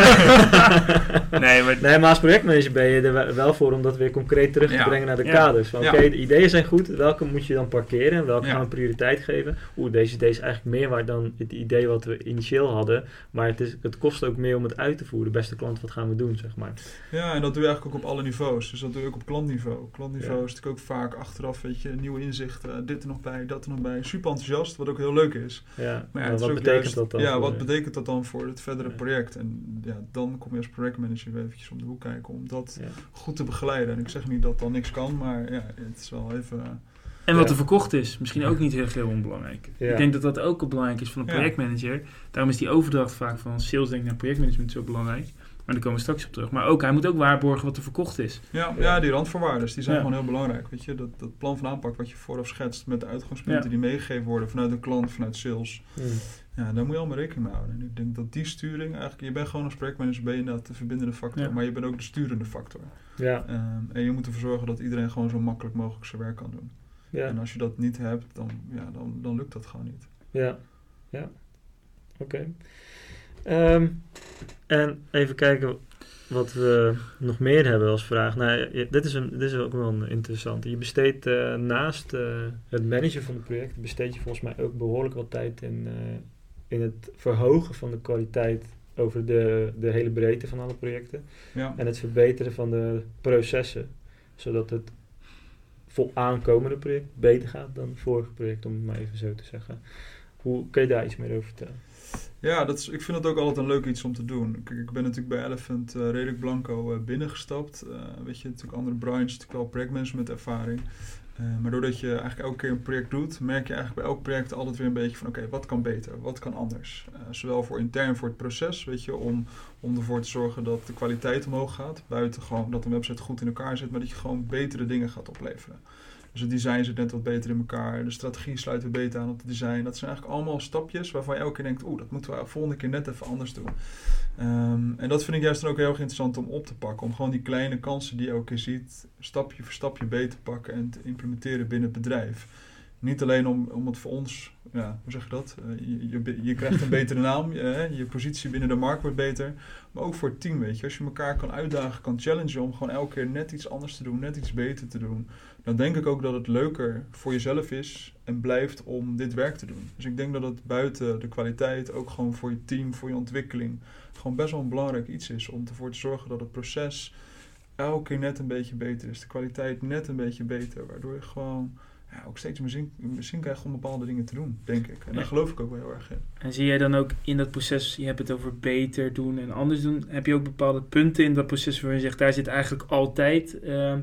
Nee, maar als projectmanager ben je er wel voor om dat weer concreet terug te brengen naar de kaders. Van oké, de ideeën zijn goed, welke moet je dan parkeren en welke gaan we prioriteit geven? Deze idee is eigenlijk meer waard dan het idee wat we initieel hadden, maar het kost ook meer om het uit te voeren. Beste klant, wat gaan we doen, zeg maar. Ja, en dat doe je eigenlijk ook op alle niveaus. Dus dat doe je ook op klantniveau. Klantniveau is natuurlijk ook vaak achteraf, weet je, nieuwe inzichten. Dit er nog bij, dat er nog bij. Super enthousiast, wat ook heel leuk is. Maar wat betekent dat dan? Ja, wat betekent dat dan voor het verdere project? En dan kom je als projectmanager weer eventjes om de hoek kijken om dat goed te begeleiden. En ik zeg niet dat dan niks kan, maar het is wel even... En wat er verkocht is, misschien ook niet heel onbelangrijk. Ja. Ik denk dat dat ook belangrijk is van een projectmanager. Daarom is die overdracht vaak van sales denk naar projectmanagement zo belangrijk. Maar daar komen we straks op terug. Maar ook, hij moet ook waarborgen wat er verkocht is. Ja, die randvoorwaarden, die zijn gewoon heel belangrijk. Weet je, dat plan van aanpak wat je vooraf schetst met de uitgangspunten die meegegeven worden vanuit de klant, vanuit sales. Ja, daar moet je allemaal rekening mee houden. En ik denk dat die sturing, eigenlijk, je bent gewoon als projectmanager ben je inderdaad de verbindende factor, maar je bent ook de sturende factor. Ja. En je moet ervoor zorgen dat iedereen gewoon zo makkelijk mogelijk zijn werk kan doen. Ja. En als je dat niet hebt, dan lukt dat gewoon niet. Ja. Oké. En even kijken wat we nog meer hebben als vraag. Nou, dit is ook wel een interessante. Je besteedt naast het managen van het project, besteed je volgens mij ook behoorlijk wat tijd in het verhogen van de kwaliteit over de hele breedte van alle projecten. Ja. En het verbeteren van de processen, zodat het voor aankomende project beter gaat dan het vorige project, om het maar even zo te zeggen. Hoe kun je daar iets meer over vertellen? Ja, ik vind dat ook altijd een leuk iets om te doen. Kijk, ik ben natuurlijk bij Elephant redelijk blanco binnengestapt. Weet je, natuurlijk andere branches, natuurlijk wel projectmanagement ervaring. Maar doordat je eigenlijk elke keer een project doet, merk je eigenlijk bij elk project altijd weer een beetje van oké, wat kan beter, wat kan anders? Zowel voor intern voor het proces, weet je, om ervoor te zorgen dat de kwaliteit omhoog gaat. Buiten gewoon dat een website goed in elkaar zit, maar dat je gewoon betere dingen gaat opleveren. Dus het design zit net wat beter in elkaar. De strategie sluit weer beter aan op het design. Dat zijn eigenlijk allemaal stapjes waarvan je elke keer denkt, dat moeten we volgende keer net even anders doen. En dat vind ik juist dan ook heel erg interessant om op te pakken. Om gewoon die kleine kansen die je elke keer ziet, stapje voor stapje beter te pakken en te implementeren binnen het bedrijf. Niet alleen om het voor ons, hoe zeg je dat? Je krijgt een betere naam, je positie binnen de markt wordt beter. Maar ook voor het team, weet je. Als je elkaar kan uitdagen, kan challengen om gewoon elke keer net iets anders te doen, net iets beter te doen. Dan denk ik ook dat het leuker voor jezelf is en blijft om dit werk te doen. Dus ik denk dat het buiten de kwaliteit ook gewoon voor je team, voor je ontwikkeling, gewoon best wel een belangrijk iets is om ervoor te zorgen dat het proces elke keer net een beetje beter is. De kwaliteit net een beetje beter, waardoor je gewoon ook steeds meer zin krijgt om bepaalde dingen te doen, denk ik. En daar geloof ik ook wel heel erg in. En zie jij dan ook in dat proces, je hebt het over beter doen en anders doen, heb je ook bepaalde punten in dat proces waarin je zegt, daar zit eigenlijk altijd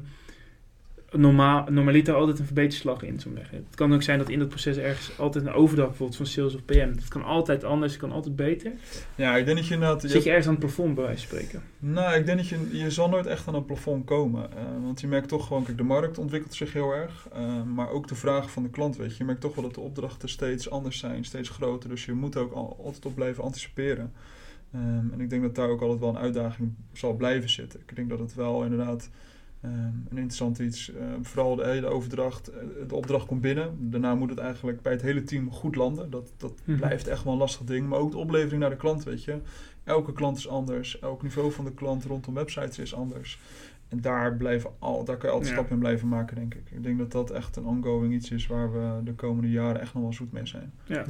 normaliter altijd een verbeterslag in, zou ik zeggen. Het kan ook zijn dat in dat proces ergens altijd een overdracht bijvoorbeeld van sales of PM. Het kan altijd anders, het kan altijd beter. Ja, ik denk dat je inderdaad... Zit je ergens aan het plafond bij wijze van spreken? Nou, ik denk dat je zal nooit echt aan een plafond komen. Want je merkt toch gewoon, kijk, de markt ontwikkelt zich heel erg. Maar ook de vragen van de klant, weet je. Je merkt toch wel dat de opdrachten steeds anders zijn, steeds groter. Dus je moet ook altijd op blijven anticiperen. En ik denk dat daar ook altijd wel een uitdaging zal blijven zitten. Ik denk dat het wel inderdaad... een interessant iets, vooral de overdracht, de opdracht komt binnen. Daarna moet het eigenlijk bij het hele team goed landen. Dat blijft echt wel een lastig ding. Maar ook de oplevering naar de klant, weet je. Elke klant is anders. Elk niveau van de klant rondom websites is anders. En daar kan je altijd stappen in blijven maken, denk ik. Ik denk dat dat echt een ongoing iets is waar we de komende jaren echt nog wel zoet mee zijn. Ja.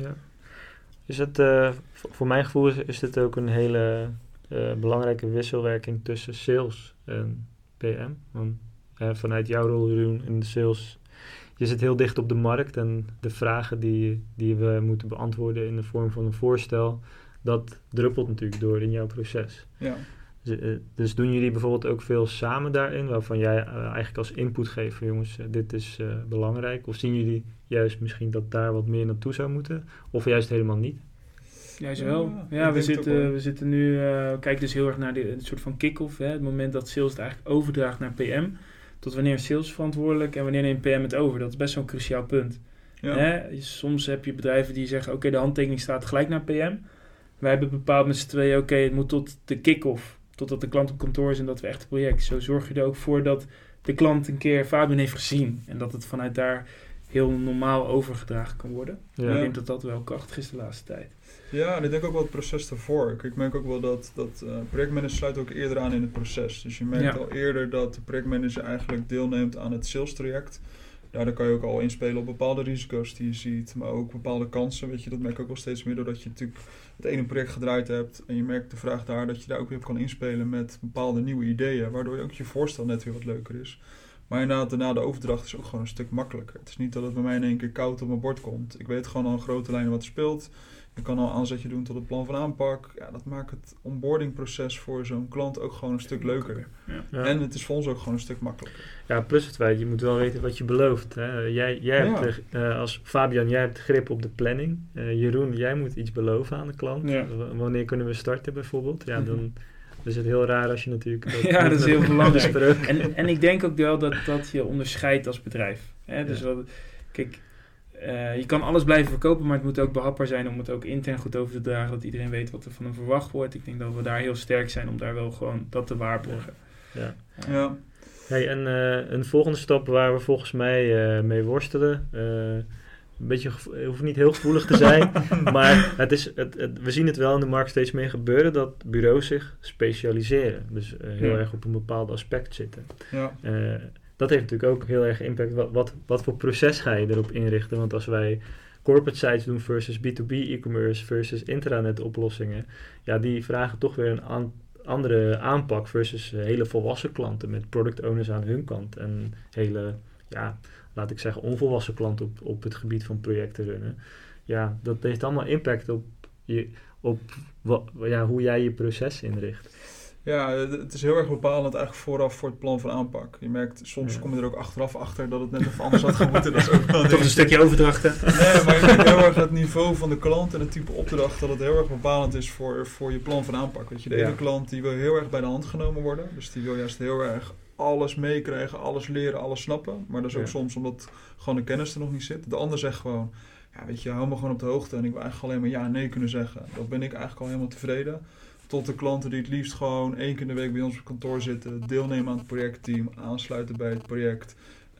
Is het, voor mijn gevoel is dit ook een hele belangrijke wisselwerking tussen sales en PM. Want vanuit jouw rol, Jeroen, in de sales, je zit heel dicht op de markt en de vragen die we moeten beantwoorden in de vorm van een voorstel, dat druppelt natuurlijk door in jouw proces. Ja. Dus doen jullie bijvoorbeeld ook veel samen daarin, waarvan jij eigenlijk als input geeft van jongens, dit is belangrijk? Of zien jullie juist misschien dat daar wat meer naartoe zou moeten? Of juist helemaal niet? Juist wel. Ja, we zitten nu, kijken dus heel erg naar het soort van kick-off. Hè, het moment dat sales het eigenlijk overdraagt naar PM. Tot wanneer is sales verantwoordelijk en wanneer neemt PM het over? Dat is best wel een cruciaal punt. Ja. Hè? Soms heb je bedrijven die zeggen, oké, de handtekening staat gelijk naar PM. Wij hebben bepaald met z'n tweeën, oké, het moet tot de kick-off. Totdat de klant op kantoor is en dat we echt een project. Zo zorg je er ook voor dat de klant een keer Fabian heeft gezien. En dat het vanuit daar heel normaal overgedragen kan worden. Ja. Ik denk dat dat wel krachtig is de laatste tijd. Ja, en ik denk ook wel het proces daarvoor. Ik merk ook wel dat projectmanager sluit ook eerder aan in het proces. Dus je merkt al eerder dat de projectmanager eigenlijk deelneemt aan het sales traject. Daar kan je ook al inspelen op bepaalde risico's die je ziet, maar ook bepaalde kansen. Weet je, dat merk ik ook wel steeds meer doordat je natuurlijk het ene project gedraaid hebt en je merkt de vraag daar dat je daar ook weer op kan inspelen met bepaalde nieuwe ideeën, waardoor je ook je voorstel net weer wat leuker is. Maar inderdaad, daarna de overdracht is ook gewoon een stuk makkelijker. Het is niet dat het bij mij in één keer koud op mijn bord komt. Ik weet gewoon al in grote lijnen wat er speelt. Je kan al een aanzetje doen tot het plan van aanpak. Ja, dat maakt het onboardingproces voor zo'n klant ook gewoon een stuk leuker. Ja. En het is voor ons ook gewoon een stuk makkelijker. Ja, plus het feit, je moet wel weten wat je belooft. Hè. Jij hebt als Fabian, jij hebt grip op de planning. Jeroen, jij moet iets beloven aan de klant. Ja. Wanneer kunnen we starten bijvoorbeeld? Ja, dan is het heel raar als je natuurlijk... dat is heel belangrijk. En ik denk ook wel dat je onderscheidt als bedrijf. Hè? Dus kijk... je kan alles blijven verkopen, maar het moet ook behapbaar zijn om het ook intern goed over te dragen, dat iedereen weet wat er van hem verwacht wordt. Ik denk dat we daar heel sterk zijn om daar wel gewoon dat te waarborgen. Ja. Hey, en een volgende stap waar we volgens mij mee worstelen, een beetje, hoeft niet heel gevoelig te zijn, maar we zien het wel in de markt steeds meer gebeuren dat bureaus zich specialiseren. Dus heel erg op een bepaald aspect zitten. Ja. Dat heeft natuurlijk ook heel erg impact. Wat voor proces ga je erop inrichten? Want als wij corporate sites doen versus B2B e-commerce versus intranet oplossingen, ja, die vragen toch weer een andere aanpak versus hele volwassen klanten met product owners aan hun kant en hele, laat ik zeggen, onvolwassen klanten op het gebied van projecten runnen. Ja, dat heeft allemaal impact op hoe jij je proces inricht. Ja, het is heel erg bepalend eigenlijk vooraf voor het plan van aanpak. Je merkt, soms kom je er ook achteraf achter dat het net even anders had gemoeten. Dat is ook wel toch een stukje overdrachten. Nee, maar je merkt heel erg het niveau van de klant en het type opdracht dat het heel erg bepalend is voor je plan van aanpak. Weet je, de ene klant die wil heel erg bij de hand genomen worden. Dus die wil juist heel erg alles meekrijgen, alles leren, alles snappen. Maar dat is ook soms omdat gewoon de kennis er nog niet zit. De ander zegt gewoon, weet je, hou me gewoon op de hoogte en ik wil eigenlijk alleen maar ja en nee kunnen zeggen. Dat ben ik eigenlijk al helemaal tevreden. Tot de klanten die het liefst gewoon 1 keer in de week bij ons op kantoor zitten, deelnemen aan het projectteam, aansluiten bij het project.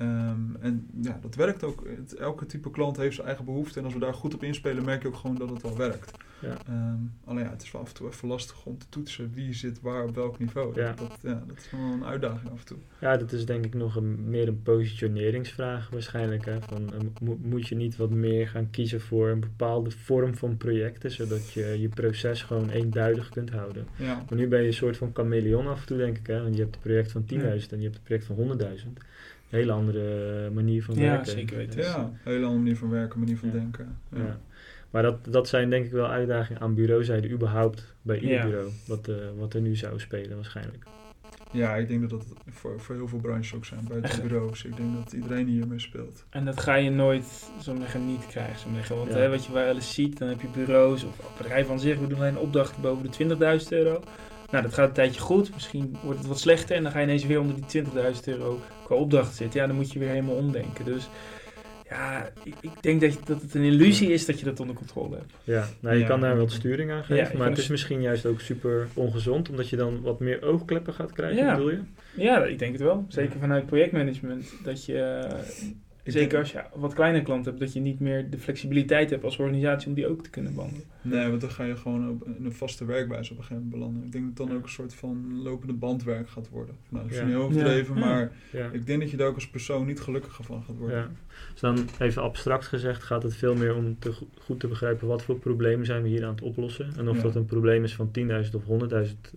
En ja, dat werkt ook. Elke type klant heeft zijn eigen behoefte. En als we daar goed op inspelen, merk je ook gewoon dat het wel werkt. Ja. Alleen het is wel af en toe even lastig om te toetsen wie zit waar op welk niveau. Ja. Dat is wel een uitdaging af en toe. Ja, dat is denk ik nog meer een positioneringsvraag waarschijnlijk. Hè? Moet je niet wat meer gaan kiezen voor een bepaalde vorm van projecten, zodat je je proces gewoon eenduidig kunt houden. Ja. Maar nu ben je een soort van chameleon af en toe, denk ik. Hè? Want je hebt een project van 10.000 en je hebt een project van 100.000. Een hele andere manier van werken. Ja, zeker weten. Ja, een hele andere manier van werken, manier van denken. Ja. Maar dat zijn denk ik wel uitdagingen aan bureauzijde überhaupt bij ieder bureau. Wat er nu zou spelen waarschijnlijk. Ja, ik denk dat dat voor heel veel branches ook zijn, buiten bureaus. Ik denk dat iedereen hiermee speelt. En dat ga je nooit, niet krijgen. Want wat je wel eens ziet, dan heb je bureaus of bedrijven aan zich. We doen alleen opdrachten boven de €20.000. Nou, dat gaat een tijdje goed. Misschien wordt het wat slechter en dan ga je ineens weer onder die €20.000 qua opdracht zitten. Ja, dan moet je weer helemaal omdenken. Dus ja, ik denk dat het een illusie is dat je dat onder controle hebt. Ja, nou, je kan daar wat sturing aan geven, maar het is misschien juist ook super ongezond, omdat je dan wat meer oogkleppen gaat krijgen, bedoel je? Ja, ik denk het wel. Zeker vanuit projectmanagement. Dat je, zeker als je wat kleine klanten hebt, dat je niet meer de flexibiliteit hebt als organisatie om die ook te kunnen behandelen. Nee, want dan ga je gewoon op een vaste werkwijze op een gegeven moment belanden. Ik denk dat het dan ook een soort van lopende bandwerk gaat worden. Nou, dat is niet overdreven, maar ik denk dat je daar ook als persoon niet gelukkiger van gaat worden. Ja. Dus dan even abstract gezegd gaat het veel meer om goed te begrijpen wat voor problemen zijn we hier aan het oplossen. En of dat een probleem is van 10.000 of 100.000,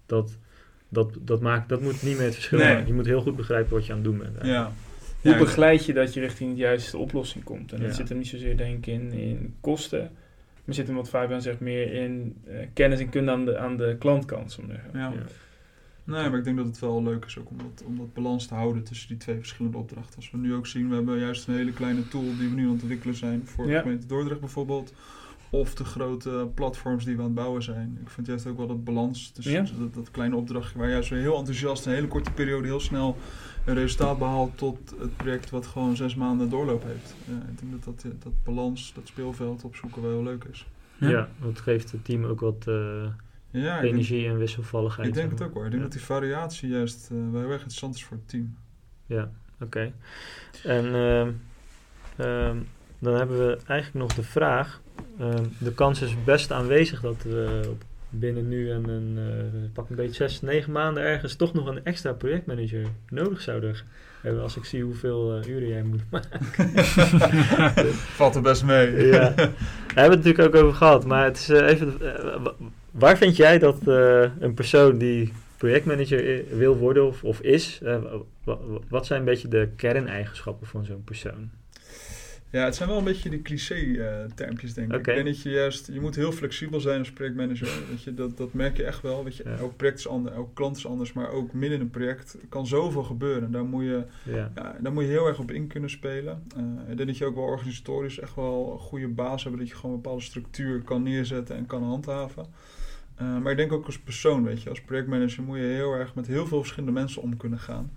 dat moet niet meer het verschil maken. Je moet heel goed begrijpen wat je aan het doen bent. Ja. Hoe begeleid je dat je richting de juiste oplossing komt? En dat zit hem niet zozeer denk ik in kosten. Maar zit hem, wat Fabian zegt, meer in kennis en kunde aan de klantkant. Nee, maar ik denk dat het wel leuk is ook om dat balans te houden tussen die twee verschillende opdrachten. Als we nu ook zien, we hebben juist een hele kleine tool die we nu aan het ontwikkelen zijn voor de gemeente Dordrecht bijvoorbeeld. Of de grote platforms die we aan het bouwen zijn. Ik vind juist ook wel dat balans tussen dat kleine opdrachtje waar juist weer heel enthousiast in een hele korte periode heel snel een resultaat behaalt tot het project wat gewoon 6 maanden doorloop heeft. Ik denk dat balans, dat speelveld opzoeken wel heel leuk is. Ja, dat geeft het team ook wat energie en wisselvalligheid. Ik denk het ook hoor. Ik denk dat die variatie juist wel heel erg interessant is voor het team. Ja, oké. En dan hebben we eigenlijk nog de vraag. De kans is best aanwezig dat we binnen nu en pak een beetje 6-9 maanden ergens toch nog een extra projectmanager nodig zouden hebben. Als ik zie hoeveel uren jij moet maken. Valt er best mee. Ja. Daar hebben we het natuurlijk ook over gehad. Maar het is even... waar vind jij dat een persoon die projectmanager wil worden of is... wat zijn een beetje de kerneigenschappen van zo'n persoon? Ja, het zijn wel een beetje die cliché-termpjes, denk ik. Ik denk dat je moet heel flexibel zijn als projectmanager. Weet je, dat merk je echt wel. Weet je, elk project is anders, elk klant is anders, maar ook midden in een project kan zoveel gebeuren. Daar moet je heel erg op in kunnen spelen. Ik denk dat je ook wel organisatorisch echt wel een goede basis hebt, dat je gewoon een bepaalde structuur kan neerzetten en kan handhaven. Maar ik denk ook als persoon, weet je, als projectmanager moet je heel erg met heel veel verschillende mensen om kunnen gaan.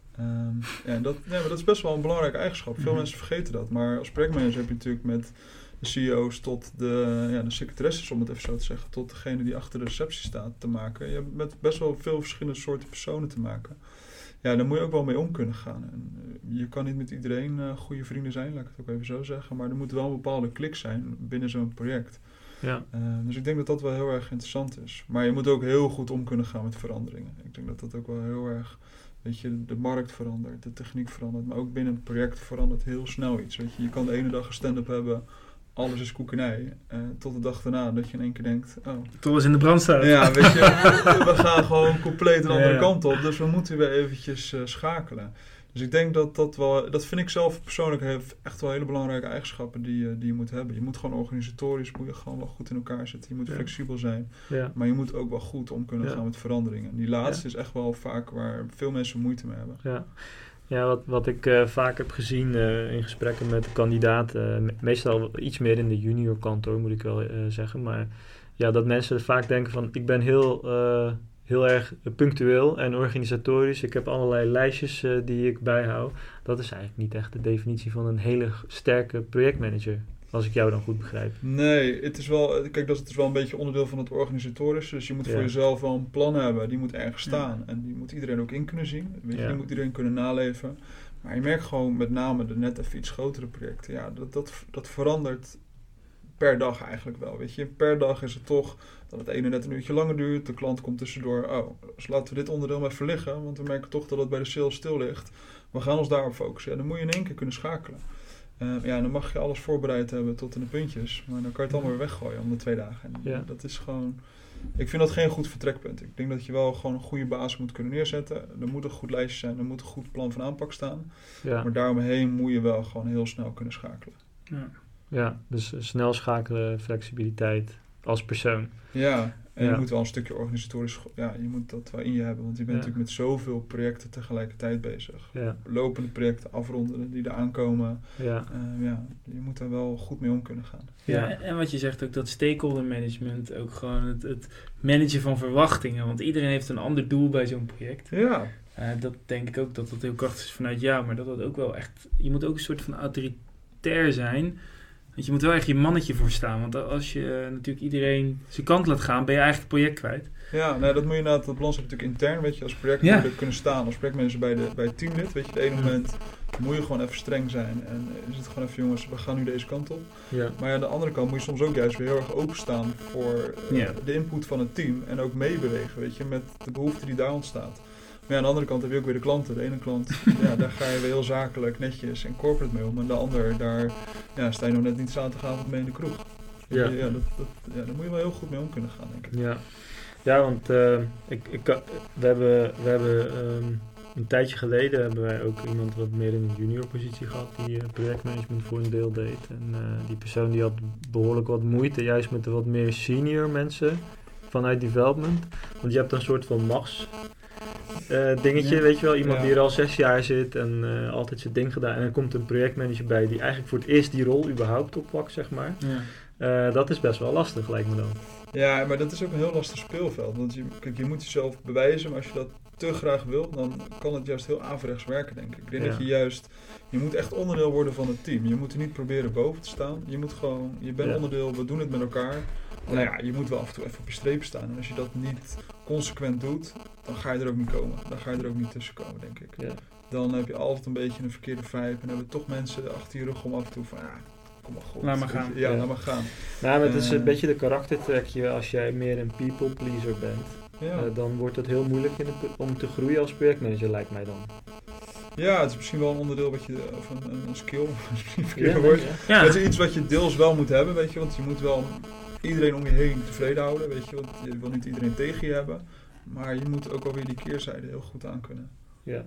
Maar dat is best wel een belangrijke eigenschap. Veel mensen vergeten dat. Maar als projectmanager heb je natuurlijk met de CEO's tot de secretaresses, om het even zo te zeggen, tot degene die achter de receptie staat te maken. Je hebt met best wel veel verschillende soorten personen te maken. Ja, daar moet je ook wel mee om kunnen gaan. En, je kan niet met iedereen goede vrienden zijn, laat ik het ook even zo zeggen. Maar er moet wel een bepaalde klik zijn binnen zo'n project. Ja. Dus ik denk dat dat wel heel erg interessant is. Maar je moet ook heel goed om kunnen gaan met veranderingen. Ik denk dat dat ook wel heel erg... Weet je, de markt verandert, de techniek verandert, maar ook binnen een project verandert heel snel iets. Weet je kan de ene dag een stand-up hebben, alles is koekenij, tot de dag daarna dat je in één keer denkt... Tot alles in de brand staat. Ja, weet je, we gaan gewoon compleet een andere kant op, dus we moeten weer eventjes schakelen. Dus ik denk dat vind ik zelf persoonlijk heeft echt wel hele belangrijke eigenschappen die je moet hebben. Je moet gewoon organisatorisch gewoon wel goed in elkaar zitten. Je moet flexibel zijn, maar je moet ook wel goed om kunnen gaan met veranderingen. En die laatste is echt wel vaak waar veel mensen moeite mee hebben. Ja, wat ik vaak heb gezien in gesprekken met kandidaten, meestal iets meer in de junior kant hoor, moet ik wel zeggen. Maar ja, dat mensen vaak denken van ik ben heel erg punctueel en organisatorisch. Ik heb allerlei lijstjes die ik bijhoud. Dat is eigenlijk niet echt de definitie van een hele sterke projectmanager. Als ik jou dan goed begrijp. Nee, het is wel... Kijk, dat is wel een beetje onderdeel van het organisatorische. Dus je moet voor jezelf wel een plan hebben. Die moet ergens staan. En die moet iedereen ook in kunnen zien. Weet je, die moet iedereen kunnen naleven. Maar je merkt gewoon met name de net even iets grotere projecten. Ja, dat verandert per dag eigenlijk wel. Weet je, per dag is het toch dat het ene net een uurtje langer duurt. De klant komt tussendoor. Oh, dus laten we dit onderdeel maar even liggen. Want we merken toch dat het bij de sales stil ligt. We gaan ons daarop focussen. Ja, dan moet je in één keer kunnen schakelen. Dan mag je alles voorbereid hebben tot in de puntjes. Maar dan kan je het allemaal weer weggooien om de 2 dagen. En dat is gewoon... Ik vind dat geen goed vertrekpunt. Ik denk dat je wel gewoon een goede basis moet kunnen neerzetten. Er moet een goed lijstje zijn. Er moet een goed plan van aanpak staan. Ja. Maar daaromheen moet je wel gewoon heel snel kunnen schakelen. Ja, dus snel schakelen, flexibiliteit als persoon. Ja, en je moet wel een stukje organisatorisch... Ja, je moet dat wel in je hebben. Want je bent natuurlijk met zoveel projecten tegelijkertijd bezig. Ja. Lopende projecten, afronden die er aankomen. Ja. Je moet daar wel goed mee om kunnen gaan. Ja, en wat je zegt ook, dat stakeholder management, ook gewoon het managen van verwachtingen. Want iedereen heeft een ander doel bij zo'n project. Ja. Dat denk ik ook dat heel krachtig is vanuit jou. Maar dat ook wel echt... Je moet ook een soort van autoritair zijn... Want je moet wel echt je mannetje voor staan. Want als je natuurlijk iedereen zijn kant laat gaan, ben je eigenlijk het project kwijt. Ja, nou, dat moet je inderdaad, dat balans natuurlijk intern, weet je, als projectmanager kunnen staan, als projectmanager bij het teamlid, weet je, op het ene moment moet je gewoon even streng zijn en is het gewoon even, jongens, we gaan nu deze kant op. Ja. Maar aan de andere kant moet je soms ook juist weer heel erg openstaan voor de input van het team en ook meebewegen, weet je, met de behoefte die daar ontstaat. Maar aan de andere kant heb je ook weer de klanten. De ene klant, daar ga je weer heel zakelijk, netjes en corporate mee om. En de ander, daar sta je nog net niet zaterdagavond mee in de kroeg. Ja. Daar moet je wel heel goed mee om kunnen gaan, denk ik. Ja, want we hebben een tijdje geleden hebben wij ook iemand wat meer in een junior positie gehad die projectmanagement voor een deel deed. En die persoon die had behoorlijk wat moeite, juist met de wat meer senior mensen vanuit development. Want je hebt een soort van machts dingetje, weet je wel. Iemand die er al 6 jaar zit en altijd zijn ding gedaan. En dan komt een projectmanager bij die eigenlijk voor het eerst die rol überhaupt oppakt, zeg maar. Ja. Dat is best wel lastig, lijkt me dan. Ja, maar dat is ook een heel lastig speelveld. Want je moet jezelf bewijzen, maar als je dat te graag wilt, dan kan het juist heel averechts werken, denk ik. Ik denk dat je moet echt onderdeel worden van het team. Je moet er niet proberen boven te staan. Je moet gewoon, je bent onderdeel, we doen het met elkaar. Nou ja, je moet wel af en toe even op je streep staan. En als je dat niet consequent doet, dan ga je er ook niet komen. Dan ga je er ook niet tussen komen, denk ik. Ja. Dan heb je altijd een beetje een verkeerde vibe. En hebben toch mensen achter je rug om af en toe van, kom maar goed. Laat maar gaan. Ja, laat maar gaan. Nou, maar het is een beetje de karaktertrekje als jij meer een people pleaser bent. Ja. Dan wordt het heel moeilijk om te groeien als projectmanager, lijkt mij dan. Ja, het is misschien wel een onderdeel wat je, of een skill, misschien verkeerd woord. Ja. Het is iets wat je deels wel moet hebben, weet je, want je moet wel iedereen om je heen tevreden houden, weet je, want je wil niet iedereen tegen je hebben, maar je moet ook alweer die keerzijde heel goed aankunnen. Ja.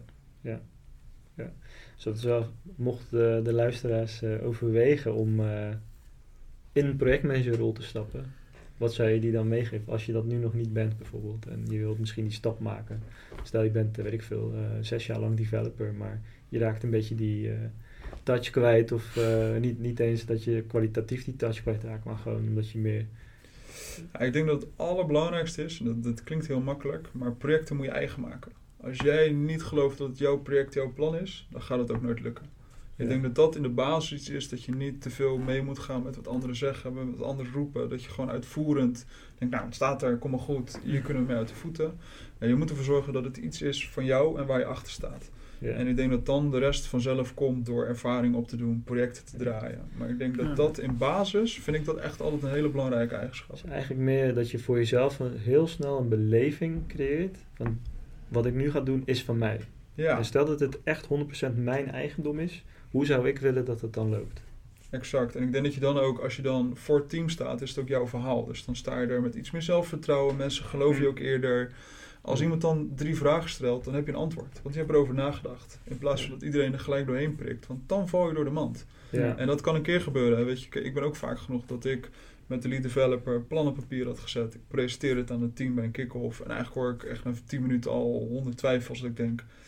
Dus dat is wel, mocht de luisteraars overwegen om in een projectmanagerrol te stappen, wat zou je die dan meegeven als je dat nu nog niet bent bijvoorbeeld en je wilt misschien die stap maken? Stel je bent, weet ik veel, 6 jaar lang developer, maar je raakt een beetje die touch kwijt of niet eens dat je kwalitatief die touch kwijt raakt, maar gewoon omdat je meer... Ja, ik denk dat het allerbelangrijkste is, dat klinkt heel makkelijk, maar projecten moet je eigen maken. Als jij niet gelooft dat het jouw project jouw plan is, dan gaat het ook nooit lukken. Ik denk dat dat in de basis iets is, dat je niet te veel mee moet gaan met wat anderen zeggen, met wat anderen roepen. Dat je gewoon uitvoerend denkt, nou het staat er, kom maar goed, hier kunnen we mee uit de voeten. En je moet ervoor zorgen dat het iets is van jou en waar je achter staat. Ja. En ik denk dat dan de rest vanzelf komt door ervaring op te doen, projecten te draaien. Maar ik denk dat in basis, vind ik dat echt altijd een hele belangrijke eigenschap. Het is eigenlijk meer dat je voor jezelf heel snel een beleving creëert van wat ik nu ga doen is van mij. Ja. En stel dat het echt 100% mijn eigendom is, hoe zou ik willen dat het dan loopt? Exact. En ik denk dat je dan ook, als je dan voor het team staat, is het ook jouw verhaal. Dus dan sta je er met iets meer zelfvertrouwen. Mensen geloven je ook eerder. Als iemand dan 3 vragen stelt, dan heb je een antwoord. Want je hebt erover nagedacht. In plaats van dat iedereen er gelijk doorheen prikt. Want dan val je door de mand. Ja. En dat kan een keer gebeuren. Weet je, ik ben ook vaak genoeg dat ik met de lead developer plan op papier had gezet. Ik presenteer het aan het team bij een kick-off. En eigenlijk hoor ik echt na 10 minuten al 100 twijfels. Dat ik denk,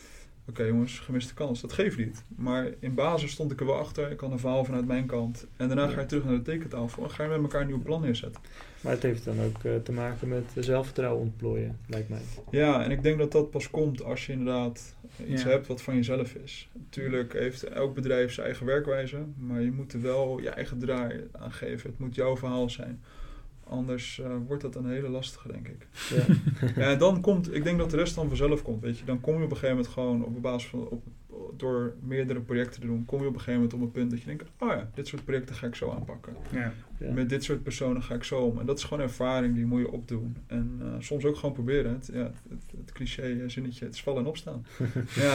oké, jongens, gemiste kans. Dat geeft niet. Maar in basis stond ik er wel achter. Ik had een verhaal vanuit mijn kant. En daarna ga je terug naar de tekentafel en ga je met elkaar een nieuw plan neerzetten. Maar het heeft dan ook te maken met zelfvertrouwen ontplooien, lijkt mij. Ja, en ik denk dat dat pas komt als je inderdaad iets hebt wat van jezelf is. Natuurlijk heeft elk bedrijf zijn eigen werkwijze, maar je moet er wel je eigen draai aan geven. Het moet jouw verhaal zijn. Anders wordt dat een hele lastige, denk ik. Ja. Ja, en dan komt, ik denk dat de rest dan vanzelf komt, weet je. Dan kom je op een gegeven moment gewoon op basis van, door meerdere projecten te doen, kom je op een gegeven moment op een punt dat je denkt, dit soort projecten ga ik zo aanpakken. Ja. Ja. Met dit soort personen ga ik zo om. En dat is gewoon ervaring, die moet je opdoen. En soms ook gewoon proberen. Het cliché zinnetje, het is vallen en opstaan. Ja,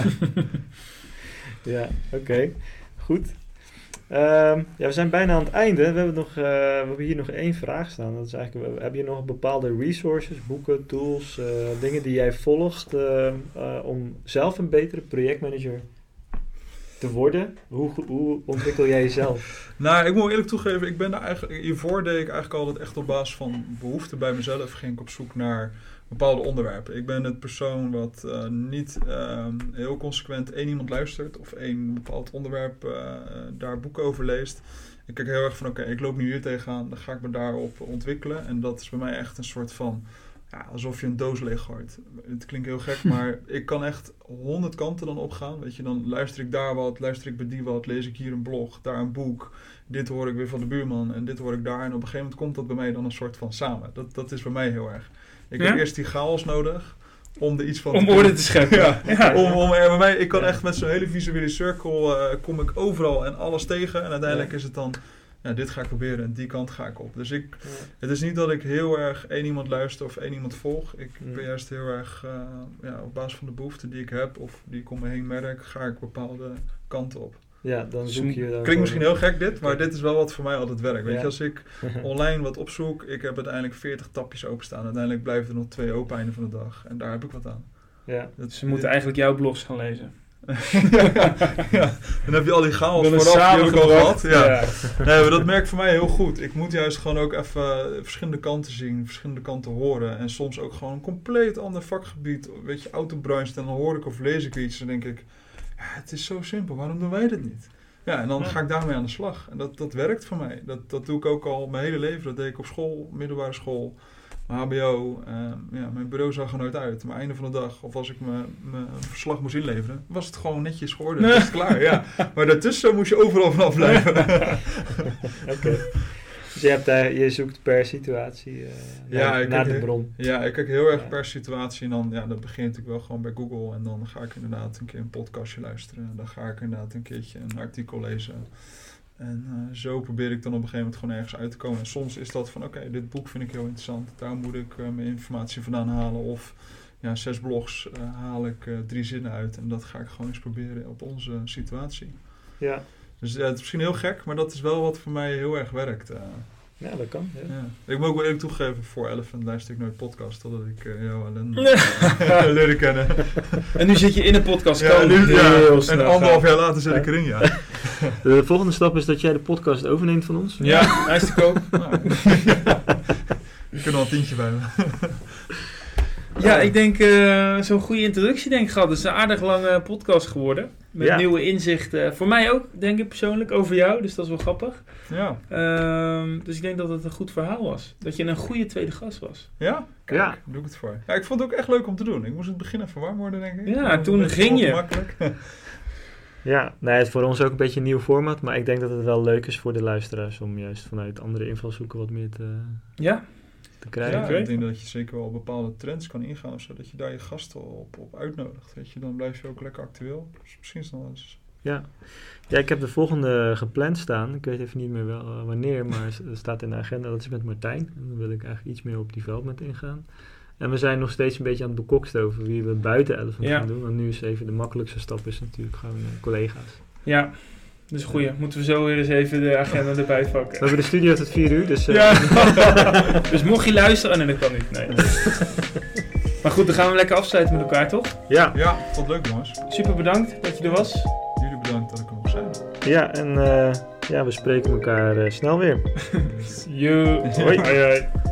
ja, oké. Goed. We zijn bijna aan het einde. We hebben hier nog 1 vraag staan. Dat is eigenlijk, heb je nog bepaalde resources, boeken, tools, dingen die jij volgt om zelf een betere projectmanager te worden? Hoe ontwikkel jij jezelf? Nou, ik moet eerlijk toegeven, ik ben daar eigenlijk, hiervoor deed ik eigenlijk altijd echt op basis van behoeften bij mezelf, ging ik op zoek naar bepaalde onderwerpen. Ik ben het persoon wat niet heel consequent één iemand luistert of één bepaald onderwerp daar boeken over leest. Ik kijk heel erg van, oké, ik loop nu hier tegenaan, dan ga ik me daarop ontwikkelen. En dat is bij mij echt een soort van, alsof je een doos leeg gooit. Het klinkt heel gek, maar ik kan echt 100 kanten dan opgaan. Weet je, dan luister ik daar wat, luister ik bij die wat, lees ik hier een blog, daar een boek. Dit hoor ik weer van de buurman en dit hoor ik daar. En op een gegeven moment komt dat bij mij dan een soort van samen. Dat is bij mij heel erg. Ik heb eerst die chaos nodig om er iets van om orde te scheppen. Bij mij, ik kan echt met zo'n hele visuele cirkel kom ik overal en alles tegen. En uiteindelijk is het dan, dit ga ik proberen en die kant ga ik op. Dus het is niet dat ik heel erg één iemand luister of één iemand volg. Ik ben juist heel erg op basis van de behoeften die ik heb of die ik om me heen merk, ga ik bepaalde kanten op. Ja, dan zoek je... Klinkt misschien heel gek dit, maar dit is wel wat voor mij altijd werkt. Weet je, als ik online wat opzoek, ik heb uiteindelijk 40 tapjes openstaan. Uiteindelijk blijven er nog 2 open einde van de dag. En daar heb ik wat aan. Ja. Ze moeten eigenlijk jouw blogs gaan lezen. Dan heb je al die chaos vooraf, die heb ik al gehad. Ja. Nee, maar dat merkt voor mij heel goed. Ik moet juist gewoon ook even verschillende kanten zien, verschillende kanten horen. En soms ook gewoon een compleet ander vakgebied. Weet je, autobranche, en dan hoor ik of lees ik iets en denk ik, het is zo simpel, waarom doen wij dit niet? Ja, en dan ga ik daarmee aan de slag. En dat werkt voor mij. Dat doe ik ook al mijn hele leven. Dat deed ik op school, middelbare school, mijn hbo. Mijn bureau zag er nooit uit. Maar einde van de dag, of als ik mijn verslag moest inleveren, was het gewoon netjes geworden. Nee. Was het klaar, ja. Maar daartussen moest je overal vanaf blijven. Oké. Dus je zoekt per situatie naar de bron. Ja, ik kijk heel erg per situatie. En dan begin je natuurlijk wel gewoon bij Google. En dan ga ik inderdaad een keer een podcastje luisteren. En dan ga ik inderdaad een keertje een artikel lezen. En zo probeer ik dan op een gegeven moment gewoon ergens uit te komen. En soms is dat van, oké, dit boek vind ik heel interessant. Daar moet ik mijn informatie vandaan halen. Of 6 blogs haal ik 3 zinnen uit. En dat ga ik gewoon eens proberen op onze situatie. Ja. Dus het is misschien heel gek, maar dat is wel wat voor mij heel erg werkt. Ja, dat kan. Ja. Ik moet ook wel eerlijk toegeven, voor Elephant luister ik nooit podcast, totdat ik jou leerde kennen. En nu zit je in een podcast. En 1,5 jaar later zit ik erin, ja. De volgende stap is dat jij de podcast overneemt van ons. Ja, hij is te koop. Je kunt al een tientje bij me. Ja, ik denk zo'n goede introductie denk ik gehad. Het is een aardig lange podcast geworden. Met nieuwe inzichten. Voor mij ook, denk ik persoonlijk, over jou. Dus dat is wel grappig. Ja. Dus ik denk dat het een goed verhaal was. Dat je een goede tweede gast was. Ja? Kijk, daar doe ik het voor. Ja, ik vond het ook echt leuk om te doen. Ik moest het begin even warm worden, denk ik. Ja, toen ging je. Makkelijk. Ja, het is voor ons ook een beetje een nieuw format. Maar ik denk dat het wel leuk is voor de luisteraars om juist vanuit andere invalshoeken wat meer te krijgen. Ja, ik denk dat je zeker wel bepaalde trends kan ingaan, zodat je daar je gasten op uitnodigt. Weet je, dan blijf je ook lekker actueel. Dus misschien is het nog eens. Ja, ik heb de volgende gepland staan. Ik weet even niet meer wanneer, maar het staat in de agenda. Dat is met Martijn. En dan wil ik eigenlijk iets meer op development ingaan. En we zijn nog steeds een beetje aan het bekokst over wie we buiten Elephant gaan doen. Want nu is even de makkelijkste stap is natuurlijk gewoon collega's. Ja. Dat is een goeie. Moeten we zo weer eens even de agenda erbij pakken. We hebben de studio tot 4 uur, dus... Dus mocht je luisteren... nee, dat kan niet. Nee. Maar goed, dan gaan we lekker afsluiten met elkaar, toch? Ja, vond het leuk, jongens. Super bedankt dat je er was. Jullie bedankt dat ik er mocht zijn. Ja, en we spreken elkaar snel weer. Hoi. Hoi.